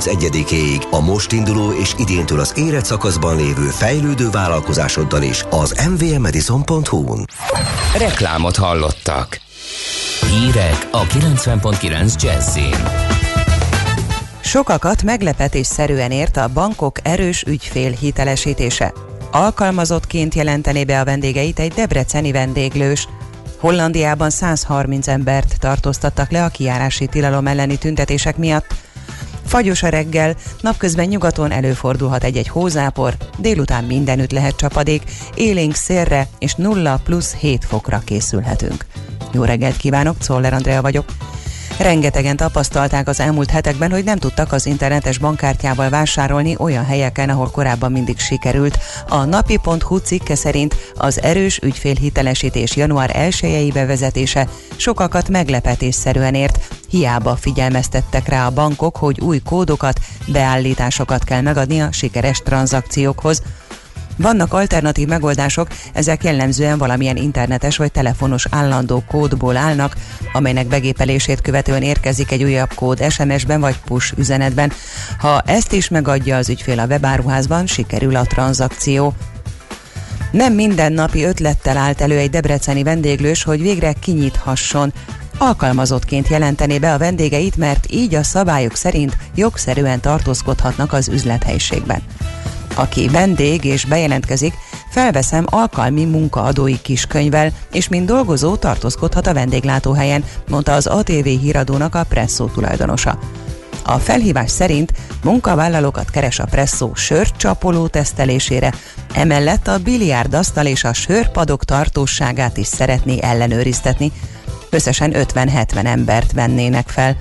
31-ig a most induló és idéntől az érett szakaszban lévő fejlődő vállalkozásoddal is az mvmedicine.hu-n. Reklámot hallottak. Hírek a 90.9 Jazzin. Sokakat meglepetésszerűen ért a bankok erős ügyfélhitelesítése. Alkalmazottként jelentené be a vendégeit egy debreceni vendéglős. Hollandiában 130 embert tartóztattak le a kijárási tilalom elleni tüntetések miatt. Fagyos a reggel, napközben nyugaton előfordulhat egy-egy hózápor, délután mindenütt lehet csapadék, élénk szélre és 0+7 fokra készülhetünk. Jó reggelt kívánok, Czoller Andrea vagyok. Rengetegen tapasztalták az elmúlt hetekben, hogy nem tudtak az internetes bankkártyával vásárolni olyan helyeken, ahol korábban mindig sikerült. A napi.hu cikke szerint az erős ügyfélhitelesítés január 1-i bevezetése sokakat meglepetésszerűen ért. Hiába figyelmeztettek rá a bankok, hogy új kódokat, beállításokat kell megadni a sikeres tranzakciókhoz. Vannak alternatív megoldások, ezek jellemzően valamilyen internetes vagy telefonos állandó kódból állnak, amelynek begépelését követően érkezik egy újabb kód SMS-ben vagy push üzenetben. Ha ezt is megadja az ügyfél a webáruházban, sikerül a tranzakció. Nem mindennapi ötlettel állt elő egy debreceni vendéglős, hogy végre kinyithasson. Alkalmazottként jelentené be a vendégeit, mert így a szabályok szerint jogszerűen tartózkodhatnak az üzlethelyiségben. Aki vendég és bejelentkezik, felveszem alkalmi munkaadói kiskönyvvel, és mint dolgozó tartózkodhat a vendéglátóhelyen, mondta az ATV híradónak a Presszó tulajdonosa. A felhívás szerint munkavállalókat keres a Presszó sörcsapoló tesztelésére, emellett a biliárdasztal és a sörpadok tartósságát is szeretné ellenőriztetni. Összesen 50-70 embert vennének fel.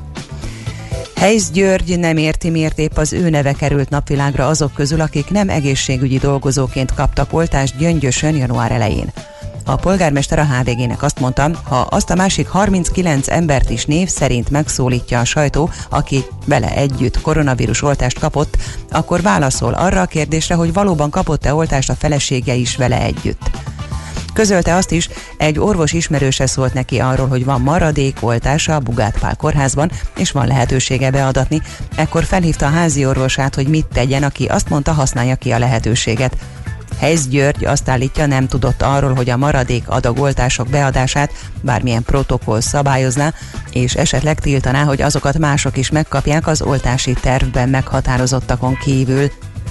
Heisz György nem érti, miért épp az ő neve került napvilágra azok közül, akik nem egészségügyi dolgozóként kaptak oltást Gyöngyösön január elején. A polgármester a HVG-nek azt mondta, ha azt a másik 39 embert is név szerint megszólítja a sajtó, aki vele együtt koronavírus oltást kapott, akkor válaszol arra a kérdésre, hogy valóban kapott-e oltást a felesége is vele együtt. Közölte azt is, egy orvos ismerőse szólt neki arról, hogy van maradék oltása a Bugát Pál kórházban, és van lehetősége beadatni. Ekkor felhívta a házi orvosát, hogy mit tegyen, aki azt mondta, használja ki a lehetőséget. Heisz György azt állítja, nem tudott arról, hogy a maradék adagoltások beadását bármilyen protokoll szabályozná, és esetleg tiltaná, hogy azokat mások is megkapják az oltási tervben meghatározottakon kívül.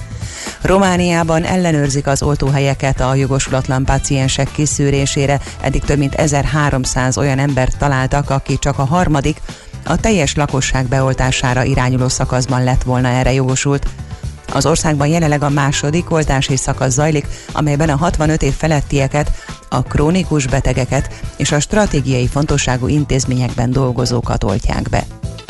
Romániában ellenőrzik az oltóhelyeket a jogosulatlan páciensek kiszűrésére. Eddig több mint 1300 olyan embert találtak, aki csak a harmadik, a teljes lakosság beoltására irányuló szakaszban lett volna erre jogosult. Az országban jelenleg a második oltási szakasz zajlik, amelyben a 65 év felettieket, a krónikus betegeket és a stratégiai fontosságú intézményekben dolgozókat oltják be.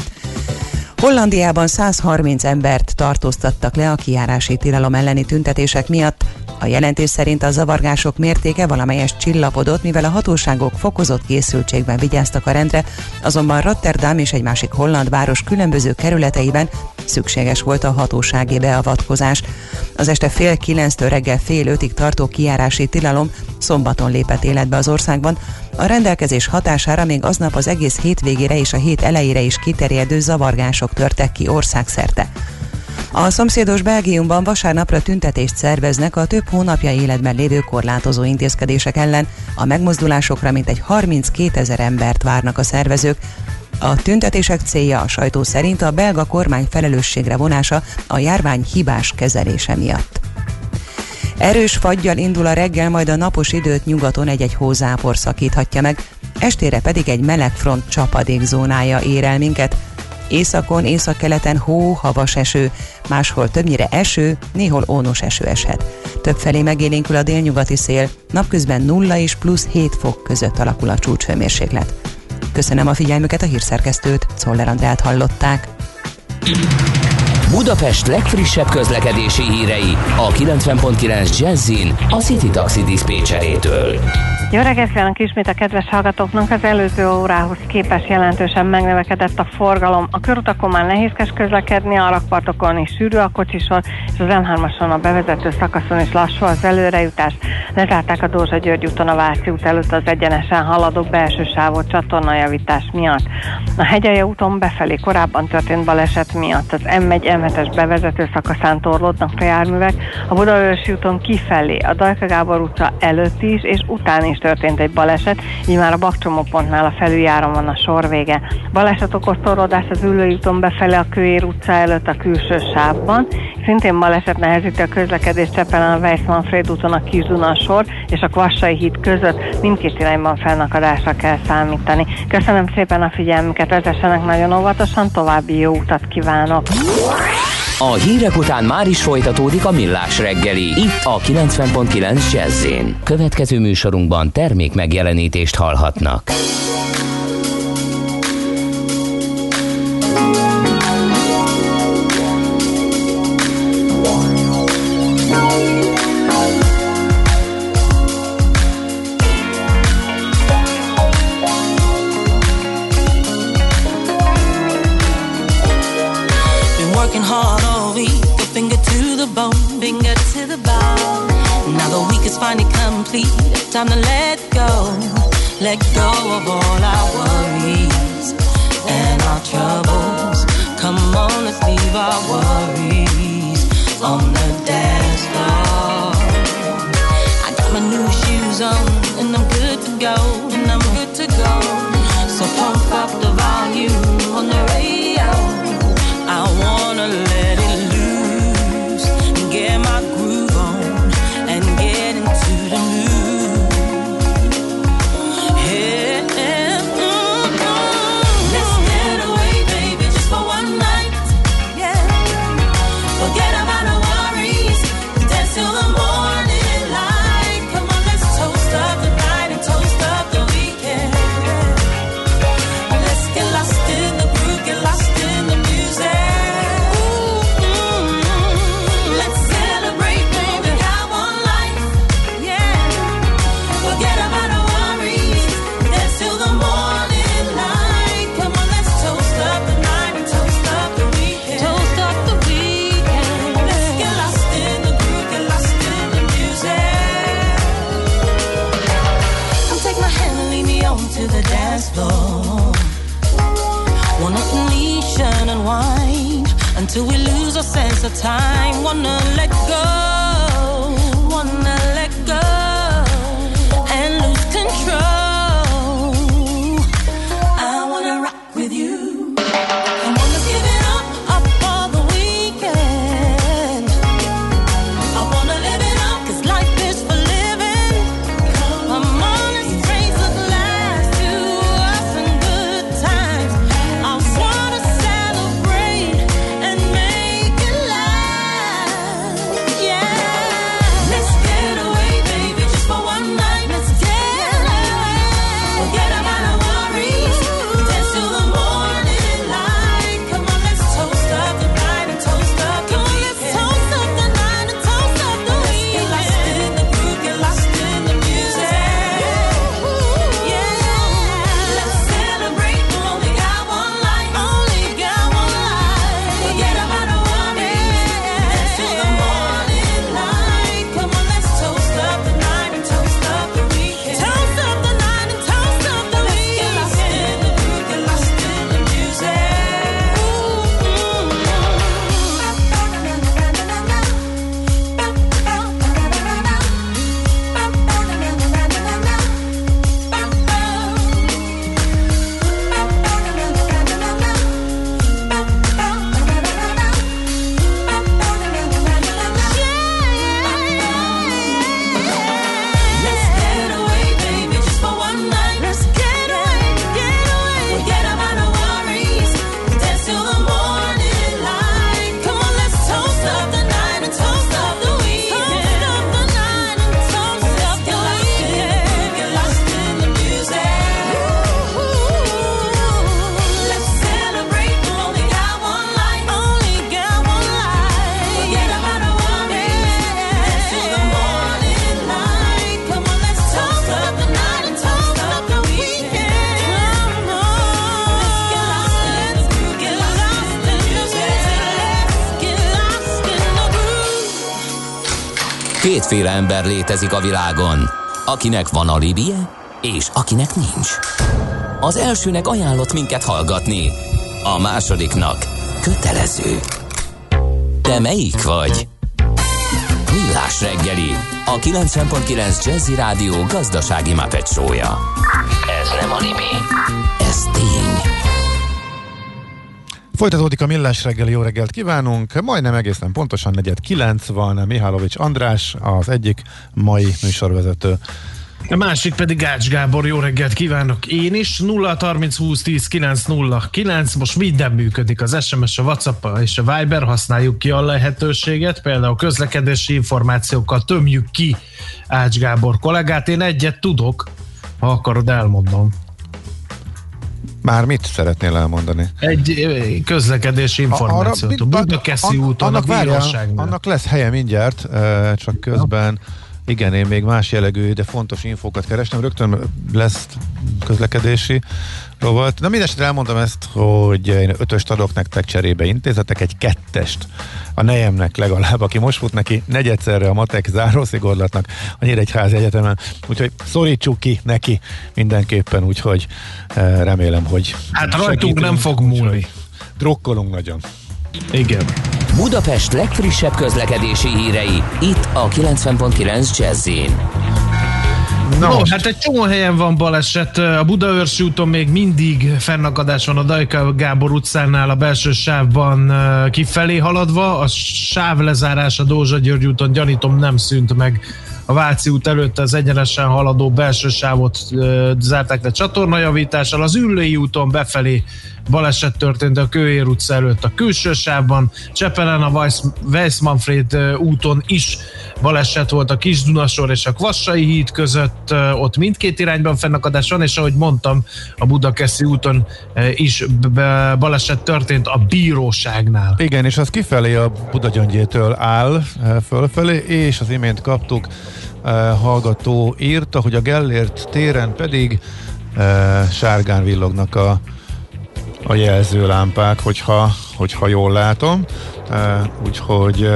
Hollandiában 130 embert tartóztattak le a kijárási tilalom elleni tüntetések miatt. A jelentés szerint a zavargások mértéke valamelyest csillapodott, mivel a hatóságok fokozott készültségben vigyáztak a rendre, azonban Rotterdam és egy másik holland város különböző kerületeiben szükséges volt a hatósági beavatkozás. Az este 8:30-től reggel 5:30-ig tartó kijárási tilalom szombaton lépett életbe az országban. A rendelkezés hatására még aznap az egész hétvégére és a hét elejére is kiterjedő zavargások törtek ki országszerte. A szomszédos Belgiumban vasárnapra tüntetést szerveznek a több hónapja életben lévő korlátozó intézkedések ellen. A megmozdulásokra mintegy 32 000 embert várnak a szervezők. A tüntetések célja a sajtó szerint a belga kormány felelősségre vonása a járvány hibás kezelése miatt. Erős faggyal indul a reggel, majd a napos időt nyugaton egy-egy hózápor szakíthatja meg, estére pedig egy melegfront csapadékzónája ér el minket. Északon, északkeleten hó, havas eső, máshol többnyire eső, néhol ónos eső eshet. Többfelé megélénkül a délnyugati szél, napközben 0 és +7 fok között alakul a csúcshőmérséklet. Köszönöm a figyelmüket, a hírszerkesztőt, Czoller Andreát hallották. Budapest legfrissebb közlekedési hírei a 90.9 Jazzin a City Taxi diszpécserétől. Jó reggelt kívánok ismét a kedves hallgatóknak. Az előző órához képest jelentősen megnövekedett a forgalom. A körutakon már nehézkes közlekedni, a rakpartokon is sűrű a kocsisor, és az M3-ason a bevezető szakaszon is lassú az előrejutás. Lezárták a Dózsa-György úton a Váci út előtt az egyenesen haladó belső sávot csatornajavítás miatt. A Hegyalja úton befelé korábban történt baleset miatt az M1-M7-es bevezető szakaszán torlódnak a járművek, a Budaörsi úton kifelé a Dajka Gábor utca előtt is és után is történt egy baleset, így már a Bakcsomópontnál a felüljáron van a sor vége. Baleset okoz torlódást az Üllői úton befelé a Kőér utca előtt a külső sávban. Szintén baleset nehezíti a közlekedés Csepelen a Weiss-Manfréd úton a Kis-Duna sor és a Kvassai híd között. Mindkét irányban fennakadásra kell számítani. Köszönöm szépen a figyelmüket, vezessenek nagyon óvatosan, további jó utat kívánok! A hírek után már is folytatódik a Millás reggeli, itt a 90.9 Jazz-én. Következő műsorunkban termék megjelenítést hallhatnak. Finally complete. Time to let go of all our worries and our troubles. Come on, let's leave our worries on the dance floor. I got my new shoes on and I'm good to go, and I'm good to go. So pump up the volume on the radio. I wanna let it loose and get my groove on and get into the mood. Yeah, let's get away, baby, just for one night. Yeah, forget about the worries, dance till the morning light. Come on, let's toast up the night and toast up the weekend. Let's get lost in the groove, get lost in the music. Let's celebrate, baby, have one life. Yeah, forget about the worries, dance till the morning light. Come on, let's toast up the night and toast up the weekend. Toast up the weekend. Let's get lost in the groove, get lost in the music. Come take my hand and lead me on to the dance floor. Wanna unleash and unwind until we lose our sense of time. Wanna let go, wanna let go and lose control. I wanna rock with you. Come on, let's give it up for the weekend. I wanna live it up, 'cause life is for living. Come on, let's raise a glass to us and good times. I wanna celebrate and make it last. Yeah. Kétféle ember létezik a világon, akinek van alibije, és akinek nincs. Az elsőnek ajánlott minket hallgatni, a másodiknak kötelező. Te melyik vagy? Millás reggeli, a 90.9 Jazzy Rádió gazdasági Muppet show-ja. Ez nem anime, ez tény. Folytatódik a Millás reggeli, jó reggelt kívánunk, majdnem egészen pontosan 8:09 van, Mihálovics András, az egyik mai műsorvezető. A másik pedig Ács Gábor, jó reggelt kívánok én is. 0-30-20-10-9-0-9, most minden működik, az SMS, a WhatsApp és a Viber, használjuk ki a lehetőséget, például közlekedési információkkal tömjük ki Ács Gábor kollégát. Én egyet tudok, ha akarod, elmondom. Már mit szeretnél elmondani? Egy közlekedési információt. A Budakeszi úton, a bíróságnál. Annak lesz helye mindjárt, csak közben igen, én még más jellegű, de fontos infókat kerestem. Rögtön lesz közlekedési rovat. Na mindesetre elmondom ezt, hogy én 5-öst adok nektek cserébe, intézetek egy 2-est a nejemnek legalább, aki most fut neki negyedszerre a matek zárószigorlatnak a Nyíregyházi Egyetemen. Úgyhogy szorítsuk ki neki mindenképpen, úgyhogy remélem, hogy hát rajtunk nem fog múlni. Drukkolunk nagyon. Igen. Budapest legfrissebb közlekedési hírei, itt a 90.9 Jazz-in. No, hát egy csomó helyen van baleset. A Budaörsi úton még mindig fennakadás van a Dajka Gábor utcánál, a belső sávban kifelé haladva. A sávlezárás a Dózsa György úton, gyanítom, nem szűnt meg. A Váci út előtt az egyenesen haladó belső sávot zárták le csatornajavítással. Az Üllői úton befelé baleset történt a Kőér utca előtt a külső sávban. Csepelen a Weiss-Manfred úton is baleset volt a Kis-Dunasor és a Kvassai híd között. Ott mindkét irányban fennakadás van, és ahogy mondtam, a Budakeszi úton is baleset történt a bíróságnál. Igen, és az kifelé a Budagyöngyétől áll fölfelé, és az imént kaptuk, hallgató írta, hogy a Gellért téren pedig sárgán villognak a jelzőlámpák, hogyha jól látom. Úgyhogy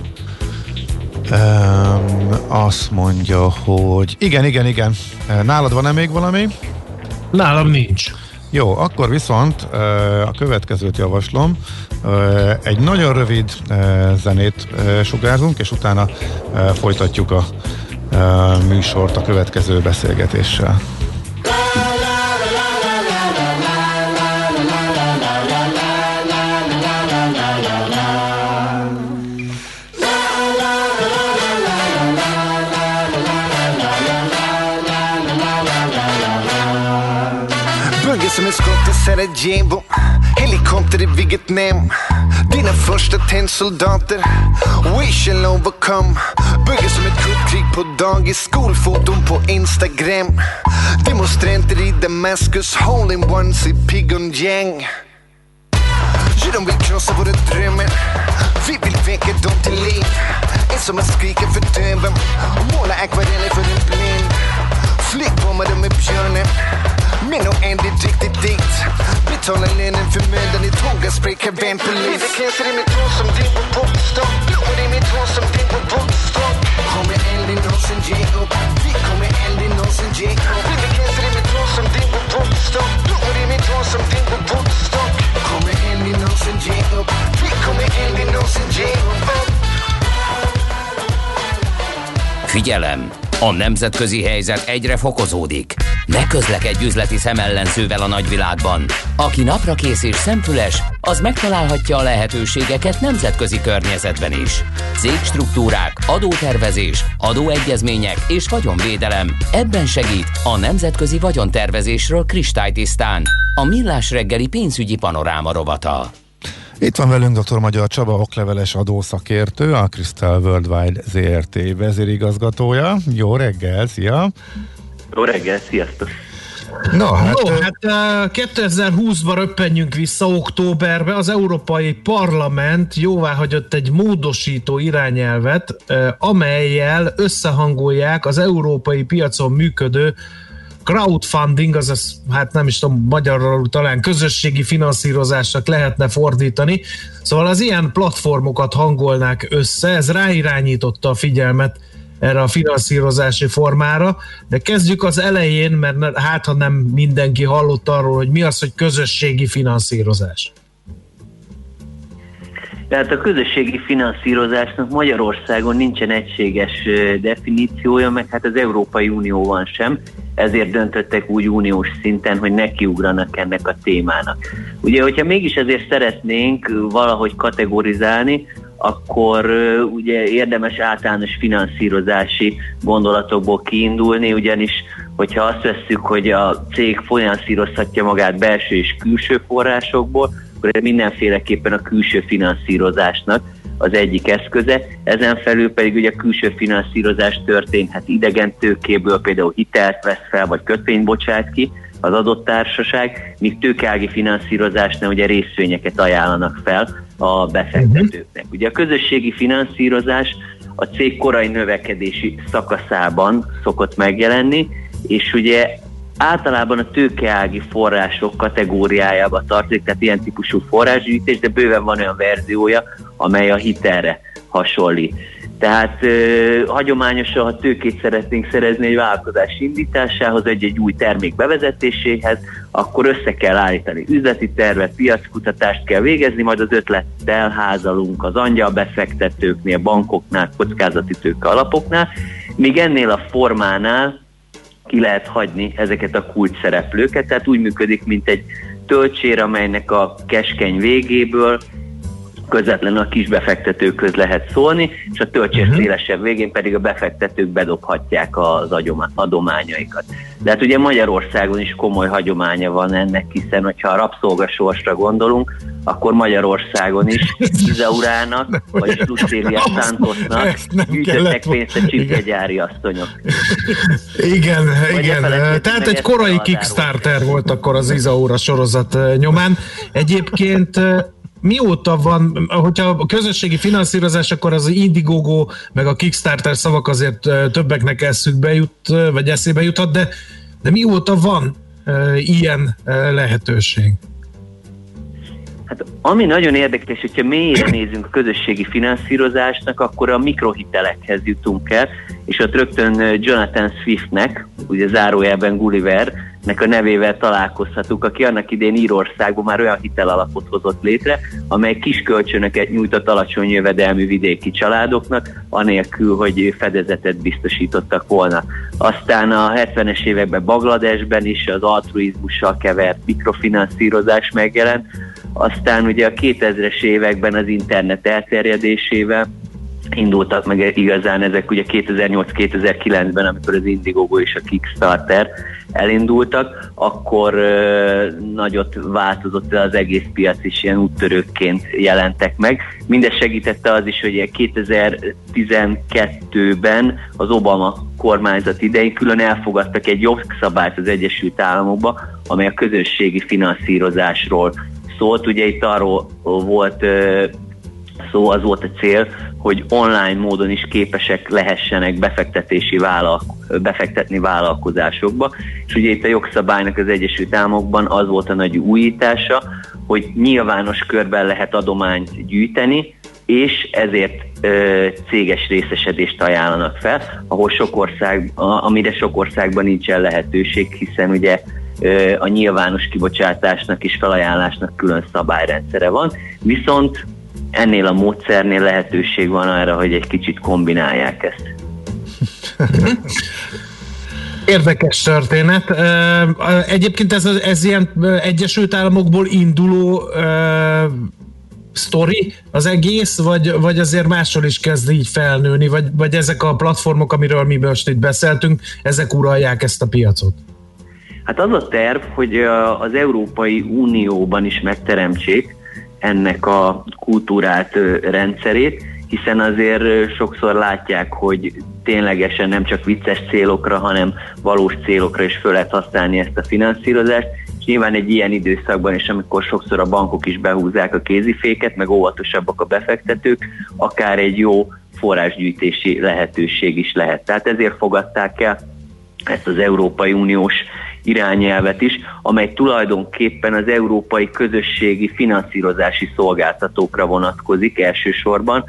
azt mondja, hogy igen. Nálad van-e még valami? Nálam nincs. Jó, akkor viszont a következőt javaslom. Egy nagyon rövid zenét sugárzunk, és utána folytatjuk a műsort a következő beszélgetéssel. Som ett skott i Sarajevo, helikopter i Vietnam. Dina första tennsoldater, we shall overcome. Bygger som ett kuppkrig på dagis, skolfoton på Instagram. Demonstranter i Damaskus, hole-in-ones i Pyongyang. Ja, de vill krossa våra drömmar, vi vill väcka dem till liv. En som att skrika för döven och måla akvareller för en blind. Flickbommar de med björnen, men nog ändå riktigt dit. Betala lönen för mödan i tåga, sprayka vänpolis. Det känns i mitt hår som din på popstock. Och det är mitt hår som din på popstock. Kommer aldrig någonsin ge upp, vi kommer aldrig någonsin ge upp. Det känns i mitt hår som din på popstock. Och det är mitt hår som din på popstock. Kommer aldrig någonsin ge upp, vi kommer aldrig någonsin ge upp. Figyelem! A nemzetközi helyzet egyre fokozódik. Ne közlekedj üzleti szemellenzővel a nagyvilágban. Aki naprakész és szemfüles, az megtalálhatja a lehetőségeket nemzetközi környezetben is. Cégstruktúrák, adótervezés, adóegyezmények és vagyonvédelem. Ebben segít a nemzetközi vagyontervezésről kristálytisztán a Millás reggeli pénzügyi panoráma rovata. Itt van velünk dr. Magyar Csaba, okleveles adószakértő, a Crystal Worldwide ZRT vezérigazgatója. Jó reggel, szia! Jó reggel, sziasztok! No, hát 2020-ban röppenjünk vissza októberbe. Az Európai Parlament jóváhagyott egy módosító irányelvet, amellyel összehangolják az európai piacon működő crowdfunding, azaz, hát nem is tudom, magyarul talán közösségi finanszírozásnak lehetne fordítani. Szóval az ilyen platformokat hangolnák össze, ez ráirányította a figyelmet erre a finanszírozási formára, de kezdjük az elején, mert hát ha nem mindenki hallott arról, hogy mi az, hogy közösségi finanszírozás. Tehát a közösségi finanszírozásnak Magyarországon nincsen egységes definíciója, meg hát az Európai Unióban sem, ezért döntöttek úgy uniós szinten, hogy nekiugranak ennek a témának. Ugye, hogyha mégis ezért szeretnénk valahogy kategorizálni, akkor ugye érdemes általános finanszírozási gondolatokból kiindulni, ugyanis hogyha azt vesszük, hogy a cég finanszírozhatja magát belső és külső forrásokból, akkor ez mindenféleképpen a külső finanszírozásnak az egyik eszköze. Ezen felül pedig ugye a külső finanszírozás történhet idegen tőkéből, például hitelt vesz fel, vagy kötvényt bocsát ki az adott társaság, míg tőkeági finanszírozásnál ugye részvényeket ajánlanak fel a befektetőknek. Ugye a közösségi finanszírozás a cég korai növekedési szakaszában szokott megjelenni, és ugye általában a tőkeági források kategóriájába tartozik, tehát ilyen típusú forrásgyűjtés, de bőven van olyan verziója, amely a hitelre hasonlít. Tehát hagyományosan, ha tőkét szeretnénk szerezni egy vállalkozás indításához, egy új termék bevezetéséhez, akkor össze kell állítani üzleti tervet, piackutatást kell végezni, majd az ötlettel házalunk az angyalbefektetőknél, bankoknál, kockázati tőke alapoknál, míg ennél a formánál ki lehet hagyni ezeket a kulcsszereplőket, tehát úgy működik, mint egy töltsér, amelynek a keskeny végéből közvetlenül a kis befektetőkhöz lehet szólni, és a töltsér szélesebb végén pedig a befektetők bedobhatják az adományaikat. De hát ugye Magyarországon is komoly hagyománya van ennek, hiszen hogyha a rabszolgasorsra gondolunk, akkor Magyarországon is Izaurának, vagy Lucélia Santosnak gyűjtöttek pénzt a csipkegyári asszonyok. Igen. Tehát egy korai Kickstarter volt akkor az Izaura sorozat nyomán. Egyébként mióta van, hogyha a közösségi finanszírozás, akkor az Indiegogo meg a Kickstarter szavak azért többeknek eszébe juthat, de mióta van ilyen lehetőség? Hát ami nagyon érdekes, hogyha mélyre nézünk a közösségi finanszírozásnak, akkor a mikrohitelekhez jutunk el, és ott rögtön Jonathan Swiftnek, ugye zárójelben Gullivernek a nevével találkozhatunk, aki annak idén Írországban már olyan hitelalapot hozott létre, amely kis kölcsönöket nyújtott alacsony jövedelmű vidéki családoknak, anélkül, hogy fedezetet biztosítottak volna. Aztán a 70-es években Bangladesben is az altruizmussal kevert mikrofinanszírozás megjelent, aztán ugye a 2000-es években az internet elterjedésével indultak meg igazán ezek ugye 2008-2009-ben, amikor az Indiegogo és a Kickstarter elindultak, akkor nagyot változott az egész piac, és ilyen úttörőkként jelentek meg. Mindez segítette az is, hogy 2012-ben az Obama kormányzat idején külön elfogadtak egy jogszabályt az Egyesült Államokba, amely a közösségi finanszírozásról szólt. Ugye itt arról volt szó, az volt a cél, hogy online módon is képesek lehessenek befektetni vállalkozásokba, és ugye itt a jogszabálynak az Egyesült Államokban az volt a nagy újítása, hogy nyilvános körben lehet adományt gyűjteni, és ezért céges részesedést ajánlanak fel, amire sok országban nincsen lehetőség, hiszen ugye a nyilvános kibocsátásnak és felajánlásnak külön szabályrendszere van, viszont ennél a módszernél lehetőség van arra, hogy egy kicsit kombinálják ezt. Érdekes történet. Egyébként ez ilyen Egyesült Államokból induló sztori az egész, vagy azért máshol is kezd így felnőni, vagy ezek a platformok, amiről mi most itt beszéltünk, ezek uralják ezt a piacot? Hát az a terv, hogy az Európai Unióban is megteremtsék ennek a kultúrált rendszerét, hiszen azért sokszor látják, hogy ténylegesen nem csak vicces célokra, hanem valós célokra is föl lehet használni ezt a finanszírozást, és nyilván egy ilyen időszakban is, amikor sokszor a bankok is behúzzák a kéziféket, meg óvatosabbak a befektetők, akár egy jó forrásgyűjtési lehetőség is lehet. Tehát ezért fogadták el ezt az Európai Uniós irányelvet is, amely tulajdonképpen az európai közösségi finanszírozási szolgáltatókra vonatkozik elsősorban,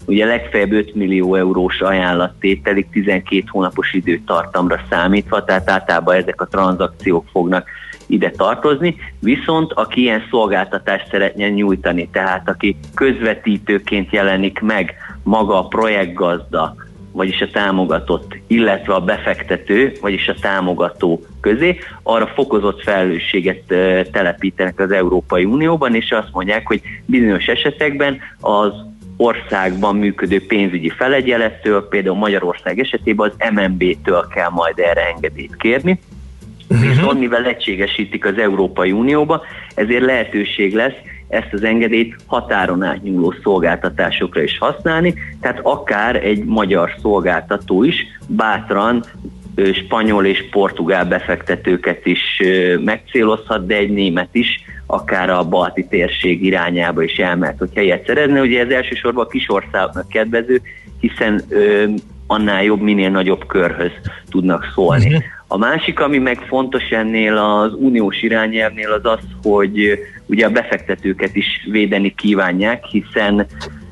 ugye legfeljebb 5 millió eurós ajánlattételig 12 hónapos időtartamra számítva, tehát általában ezek a tranzakciók fognak ide tartozni, viszont aki ilyen szolgáltatást szeretne nyújtani, tehát aki közvetítőként jelenik meg maga a projektgazda, vagyis a támogatott, illetve a befektető, vagyis a támogató közé, arra fokozott felelősséget telepítenek az Európai Unióban, és azt mondják, hogy bizonyos esetekben az országban működő pénzügyi felügyelettől, például Magyarország esetében az MNB-től kell majd erre engedélyt kérni, viszont mivel egységesítik az Európai Unióba, ezért lehetőség lesz ezt az engedélyt határon átnyúló szolgáltatásokra is használni, tehát akár egy magyar szolgáltató is bátran spanyol és portugál befektetőket is megcélozhat, de egy német is akár a balti térség irányába is elmehet, hogy helyet szeretne. Ugye ez elsősorban a kis országoknak kedvező, hiszen annál jobb, minél nagyobb körhöz tudnak szólni. A másik, ami meg fontos ennél az uniós irányelvnél az az, hogy ugye a befektetőket is védeni kívánják, hiszen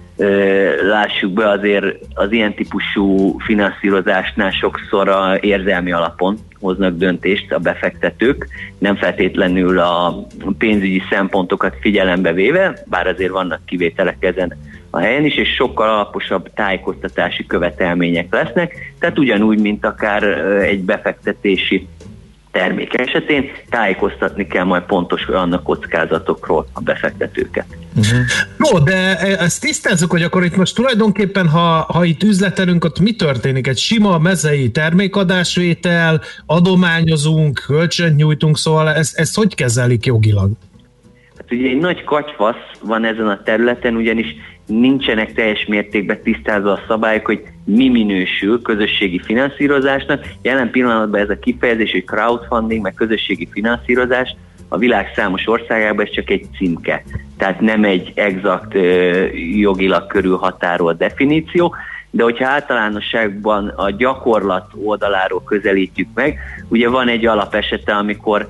lássuk be, azért az ilyen típusú finanszírozásnál sokszor érzelmi alapon hoznak döntést a befektetők, nem feltétlenül a pénzügyi szempontokat figyelembe véve, bár azért vannak kivételek ezen a helyen is, és sokkal alaposabb tájékoztatási követelmények lesznek, tehát ugyanúgy, mint akár egy befektetési termék esetén tájékoztatni kell majd pontosan annak kockázatokról a befektetőket. No, de ezt tisztázzuk, hogy akkor itt most tulajdonképpen, ha itt üzletelünk, ott mi történik? Egy sima mezei termékadásvétel, adományozunk, kölcsönt nyújtunk, szóval ezt hogy kezelik jogilag? Hát ugye egy nagy katyvasz van ezen a területen, ugyanis nincsenek teljes mértékben tisztázva a szabályok, hogy mi minősül közösségi finanszírozásnak. Jelen pillanatban ez a kifejezés, hogy crowdfunding, meg közösségi finanszírozás a világ számos országában ez csak egy címke. Tehát nem egy exakt jogilag körülhatárolt definíció, de hogyha általánosságban a gyakorlat oldaláról közelítjük meg, ugye van egy alapesete, amikor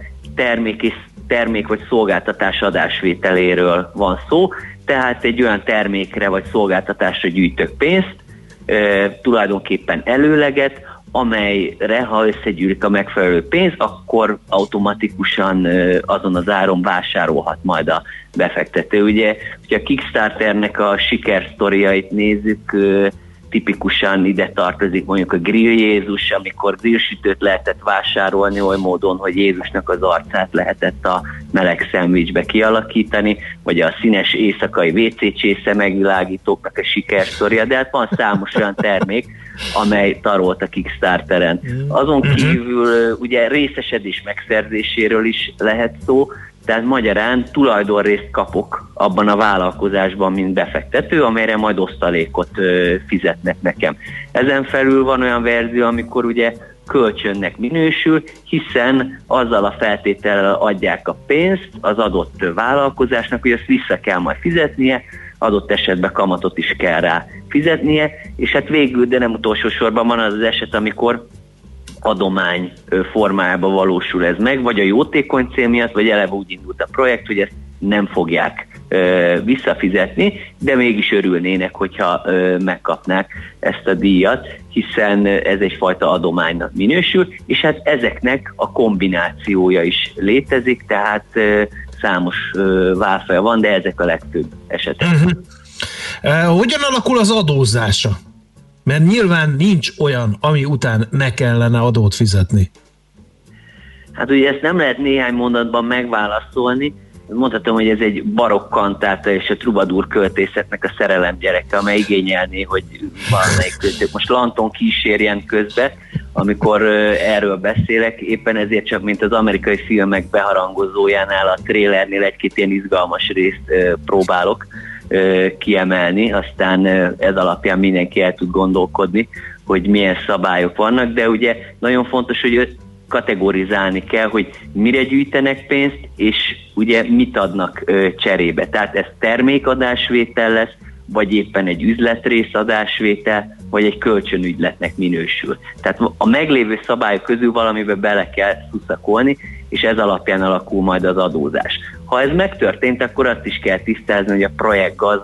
termék vagy szolgáltatás adásvételéről van szó, tehát egy olyan termékre vagy szolgáltatásra gyűjtök pénzt, tulajdonképpen előleget, amelyre, ha összegyűlik a megfelelő pénz, akkor automatikusan azon az áron vásárolhat majd a befektető. Ugye, hogyha a Kickstarternek a sikersztoriait nézzük, tipikusan ide tartozik mondjuk a Grill Jézus, amikor grillsütőt lehetett vásárolni oly módon, hogy Jézusnak az arcát lehetett a meleg szendvicsbe kialakítani, vagy a színes éjszakai WC csésze megvilágítóknak a sikersztoria, de hát van számos olyan termék, amely tarolt a Kickstarteren. Azon kívül ugye részesedés megszerzéséről is lehet szó, tehát magyarán tulajdonrészt kapok abban a vállalkozásban, mint befektető, amelyre majd osztalékot fizetnek nekem. Ezen felül van olyan verzió, amikor ugye kölcsönnek minősül, hiszen azzal a feltétellel adják a pénzt az adott vállalkozásnak, hogy azt vissza kell majd fizetnie, adott esetben kamatot is kell rá fizetnie, és hát végül, de nem utolsó sorban van az eset, amikor adomány formájában valósul ez meg, vagy a jótékony cél miatt, vagy eleve úgy indult a projekt, hogy ezt nem fogják visszafizetni, de mégis örülnének, hogyha megkapnák ezt a díjat, hiszen ez egyfajta adománynak minősül, és hát ezeknek a kombinációja is létezik, tehát számos válfaja van, de ezek a legtöbb esetek. Hogyan alakul az adózása? Mert nyilván nincs olyan, ami után ne kellene adót fizetni. Hát ugye ezt nem lehet néhány mondatban megválaszolni. Mondhatom, hogy ez egy barokk kantáta és a trubadúr költészetnek a szerelem gyereke, amely igényelné, hogy valamelyik köztük most Lanton kísérjen közbe, amikor erről beszélek. Éppen ezért csak, mint az amerikai filmek beharangozójánál a trailernél egy-két ilyen izgalmas részt próbálok kiemelni, aztán ez alapján mindenki el tud gondolkodni, hogy milyen szabályok vannak, de ugye nagyon fontos, hogy kategorizálni kell, hogy mire gyűjtenek pénzt, és ugye mit adnak cserébe. Tehát ez termékadásvétel lesz, vagy éppen egy üzletrészadásvétel, vagy egy kölcsönügyletnek minősül. Tehát a meglévő szabályok közül valamiben bele kell szuszakolni, és ez alapján alakul majd az adózás. Ha ez megtörtént, akkor azt is kell tisztázni, hogy a projektgazda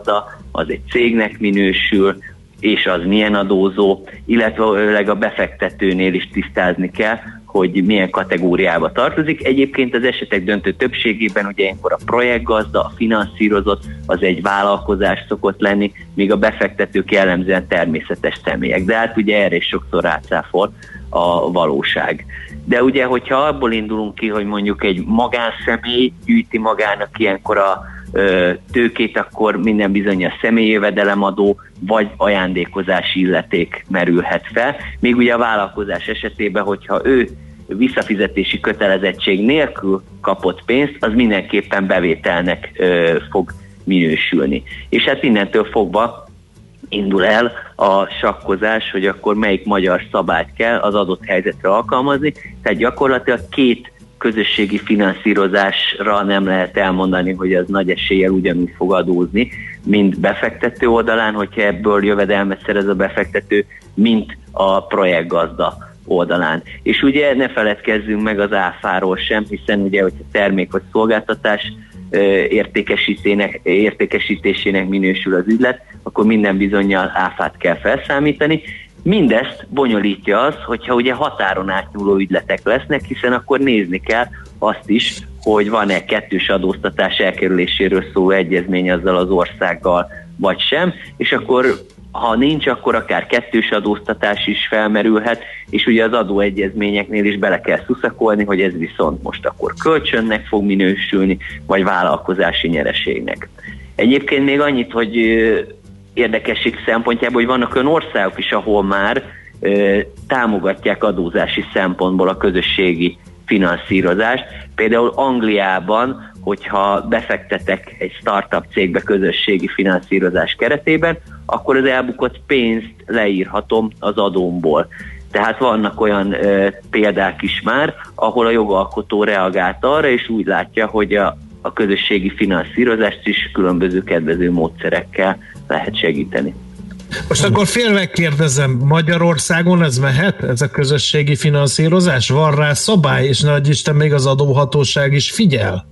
az egy cégnek minősül, és az milyen adózó, illetve a befektetőnél is tisztázni kell, hogy milyen kategóriába tartozik. Egyébként az esetek döntő többségében ugye ilyenkor a projektgazda, a finanszírozott, az egy vállalkozás szokott lenni, míg a befektetők jellemzően természetes személyek. De hát ugye erre is sokszor rácáfol a valóság. De ugye, hogyha abból indulunk ki, hogy mondjuk egy magánszemély gyűjti magának ilyenkor a tőkét, akkor minden bizony a személyi jövedelemadó vagy ajándékozási illeték merülhet fel. Még ugye a vállalkozás esetében, hogyha ő visszafizetési kötelezettség nélkül kapott pénzt, az mindenképpen bevételnek fog minősülni. És hát innentől fogva indul el a sakkozás, hogy akkor melyik magyar szabályt kell az adott helyzetre alkalmazni. Tehát gyakorlatilag két közösségi finanszírozásra nem lehet elmondani, hogy az nagy eséllyel ugyanúgy fog adózni, mint befektető oldalán, hogyha ebből jövedelmet szerez a befektető, mint a projektgazda oldalán. És ugye ne feledkezzünk meg az áfáról sem, hiszen ugye, hogyha termék vagy szolgáltatás értékesítésének minősül az ügylet, akkor minden bizonnyal áfát kell felszámítani. Mindezt bonyolítja az, hogyha ugye határon átnyúló ügyletek lesznek, hiszen akkor nézni kell azt is, hogy van-e kettős adóztatás elkerüléséről szóló egyezmény azzal az országgal, vagy sem, és akkor ha nincs, akkor akár kettős adóztatás is felmerülhet, és ugye az adóegyezményeknél is bele kell szuszakolni, hogy ez viszont most akkor kölcsönnek fog minősülni, vagy vállalkozási nyereségnek. Egyébként még annyit, hogy érdekesség szempontjából, hogy vannak olyan országok is, ahol már támogatják adózási szempontból a közösségi finanszírozást. Például Angliában, hogyha befektetek egy startup cégbe közösségi finanszírozás keretében, akkor az elbukott pénzt leírhatom az adómból. Tehát vannak olyan példák is már, ahol a jogalkotó reagált arra, és úgy látja, hogy a közösségi finanszírozást is különböző kedvező módszerekkel lehet segíteni. Most akkor félve kérdezem, Magyarországon ez mehet, ez a közösségi finanszírozás? Van rá szabály, és nagy Isten még az adóhatóság is figyel?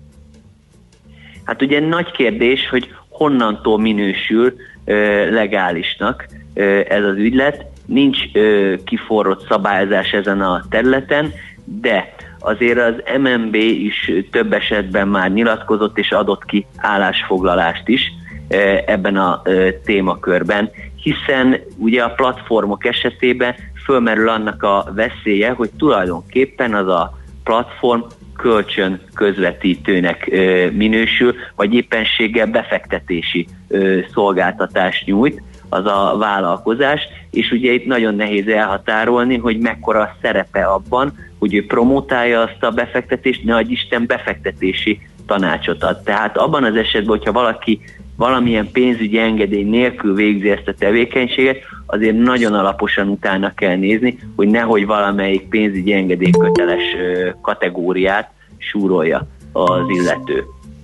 Hát ugye nagy kérdés, hogy honnantól minősül legálisnak ez az ügylet. Nincs kiforrott szabályozás ezen a területen, de azért az MNB is több esetben már nyilatkozott és adott ki állásfoglalást is ebben a témakörben, hiszen ugye a platformok esetében fölmerül annak a veszélye, hogy tulajdonképpen az a platform kölcsön közvetítőnek minősül, vagy éppenséggel befektetési szolgáltatást nyújt az a vállalkozás, és ugye itt nagyon nehéz elhatárolni, hogy mekkora a szerepe abban, hogy ő promotálja azt a befektetést, ne adj Isten befektetési tanácsot ad. Tehát abban az esetben, hogyha valaki valamilyen pénzügyi engedély nélkül végzi ezt a tevékenységet, azért nagyon alaposan utána kell nézni, hogy nehogy valamelyik pénzügyi engedélyköteles kategóriát súrolja az illető.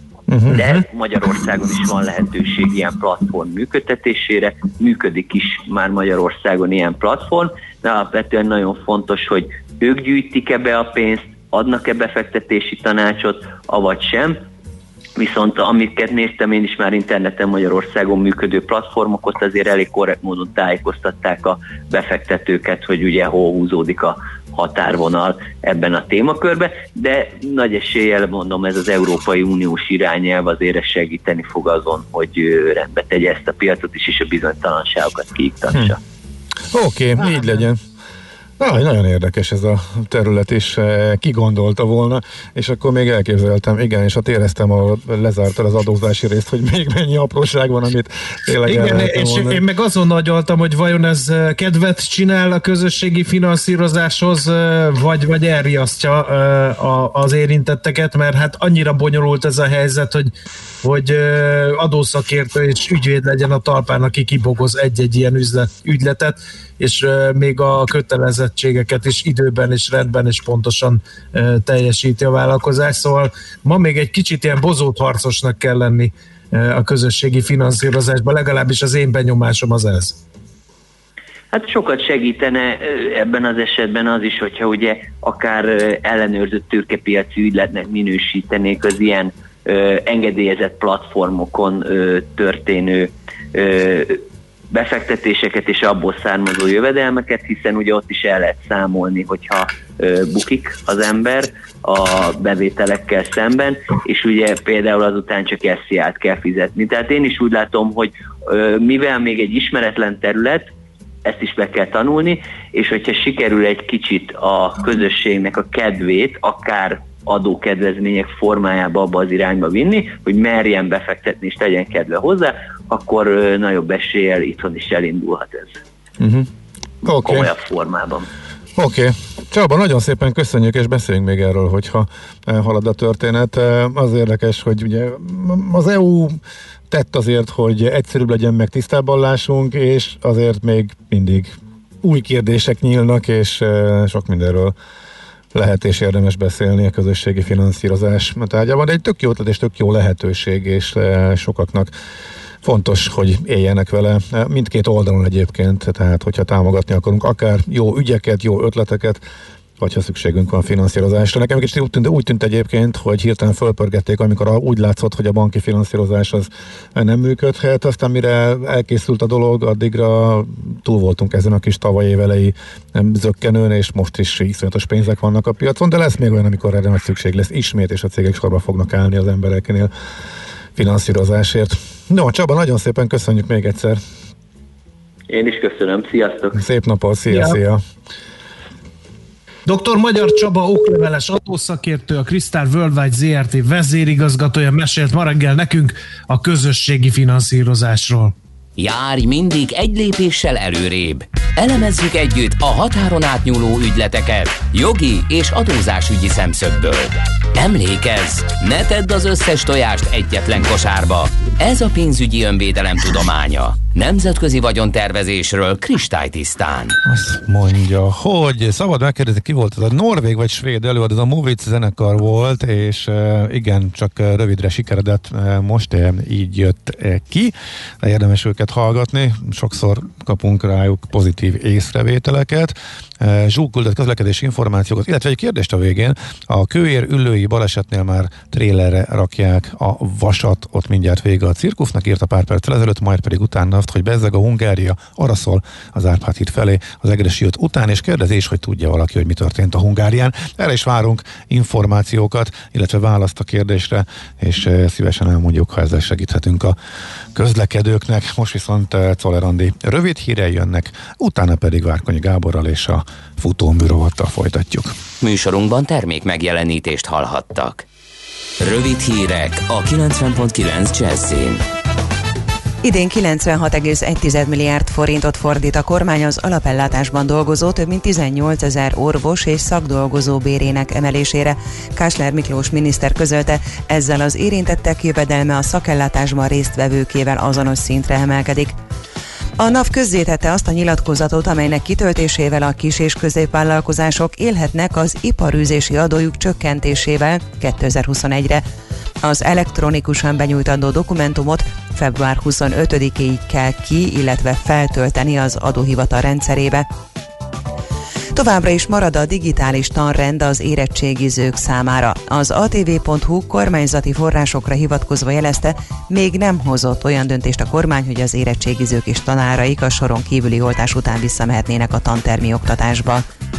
De Magyarországon is van lehetőség ilyen platform működtetésére, működik is már Magyarországon ilyen platform, de alapvetően nagyon fontos, hogy ők gyűjtik-e be a pénzt, adnak-e befektetési tanácsot, avagy sem. Viszont amiket néztem én is már interneten Magyarországon működő platformok, ott azért elég korrekt módon tájékoztatták a befektetőket, hogy ugye hol húzódik a határvonal ebben a témakörben, de nagy eséllyel mondom, ez az Európai Uniós irányelv azért segíteni fog azon, hogy rendbe tegye ezt a piacot is, és a bizonytalanságokat kiiktatsa. Oké, így legyen. Nagyon érdekes ez a terület, és ki gondolta volna, és akkor még elképzeltem, igen, és hát éreztem, ahol lezártad az adózási részt, hogy még mennyi apróság van, amit tényleg igen, és én meg azon nagyoltam, hogy vajon ez kedvet csinál a közösségi finanszírozáshoz, vagy elriasztja az érintetteket, mert hát annyira bonyolult ez a helyzet, hogy adószakértő és ügyvéd legyen a talpán, aki kibogoz egy-egy ilyen ügyletet, és még a kötelezettségeket is időben és rendben és pontosan teljesíti a vállalkozás. Szóval ma még egy kicsit ilyen bozótharcosnak kell lenni a közösségi finanszírozásban, legalábbis az én benyomásom az ez. Hát sokat segítene ebben az esetben az is, hogyha ugye akár ellenőrzött tőkepiaci ügyletnek minősítenék az ilyen engedélyezett platformokon történő befektetéseket és abból származó jövedelmeket, hiszen ugye ott is el lehet számolni, hogyha bukik az ember a bevételekkel szemben, és ugye például azután csak SZIA-t kell fizetni. Tehát én is úgy látom, hogy mivel még egy ismeretlen terület, ezt is be kell tanulni, és hogyha sikerül egy kicsit a közösségnek a kedvét, akár adókedvezmények formájába abba az irányba vinni, hogy merjen befektetni és tegyen kedve hozzá, akkor nagyobb eséllyel itthon is elindulhat ez. Komolyabb formában. Oké. Csaba, nagyon szépen köszönjük, és beszéljünk még erről, hogyha halad a történet. Az érdekes, hogy ugye az EU tett azért, hogy egyszerűbb legyen, meg tisztábban lássunk, és azért még mindig új kérdések nyílnak, és sok mindenről lehet és érdemes beszélni a közösségi finanszírozás tárgyában, de egy tök jó ötlet és tök jó lehetőség, és sokaknak fontos, hogy éljenek vele mindkét oldalon egyébként, tehát hogyha támogatni akarunk akár jó ügyeket, jó ötleteket, vagy ha szükségünk van finanszírozásra. Nekem is úgy tűnt egyébként, hogy hirtelen fölpörgették, amikor úgy látszott, hogy a banki finanszírozás az nem működhet, aztán mire elkészült a dolog, addigra túl voltunk ezen a kis tavaly évelei zökkenőn, és most is iszonyatos pénzek vannak a piacon, de lesz még olyan, amikor erre nagy szükség lesz ismét, és a cégek sorba fognak állni az embereknél finanszírozásért. No, Csaba, nagyon szépen köszönjük még egyszer. Én is köszönöm, sziasztok! Szép napot, szia! Dr. Magyar Csaba okleveles adószakértő, a Crystal Worldwide ZRT vezérigazgatója mesélt ma reggel nekünk a közösségi finanszírozásról. Járj mindig egy lépéssel előrébb. Elemezzük együtt a határon átnyúló ügyleteket jogi és adózásügyi szemszögből. Emlékezz, ne tedd az összes tojást egyetlen kosárba. Ez a pénzügyi önvédelem tudománya. Nemzetközi vagyontervezésről kristálytisztán. Azt mondja, hogy szabad megkérdezni, ki volt ez a norvég vagy svéd előadó, ez a Movic zenekar volt, és igen, csak rövidre sikeredett, most így jött ki. De érdemes őket hallgatni, sokszor kapunk rájuk pozitív észrevételeket. Zsúk küldött közlekedési információkat, illetve egy kérdést a végén. A Kőér Üllői balesetnél már trélerre rakják a vasat, ott mindjárt vége a cirkusznak, írta pár perccel ezelőtt, majd pedig utána azt, hogy bezzeg a Hungária arra szól az Árpád híd felé az Egressy út után, és kérdezés, hogy tudja valaki, hogy mi történt a Hungárián. Erre is várunk információkat, illetve választ a kérdésre, és szívesen elmondjuk, ha ezzel segíthetünk a közlekedőknek. Most viszont Czoller Andi rövid hírei jönnek, utána pedig Várkonyi Gáborral és a futóműrovattal folytatjuk. Műsorunkban termék megjelenítést hallhattak. Rövid hírek a 90.9 Jazzin. Idén 96,1 milliárd forintot fordít a kormány az alapellátásban dolgozó több mint 18 000 orvos és szakdolgozó bérének emelésére. Kásler Miklós miniszter közölte, ezzel az érintettek jövedelme a szakellátásban résztvevőkével azonos szintre emelkedik. A NAV közzétette azt a nyilatkozatot, amelynek kitöltésével a kis- és középvállalkozások élhetnek az iparűzési adójuk csökkentésével 2021-re. Az elektronikusan benyújtandó dokumentumot február 25-ig kell illetve feltölteni az adóhivatal rendszerébe. Továbbra is marad a digitális tanrend az érettségizők számára. Az atv.hu kormányzati forrásokra hivatkozva jelezte, még nem hozott olyan döntést a kormány, hogy az érettségizők és tanáraik a soron kívüli oltás után visszamehetnének a tantermi oktatásba.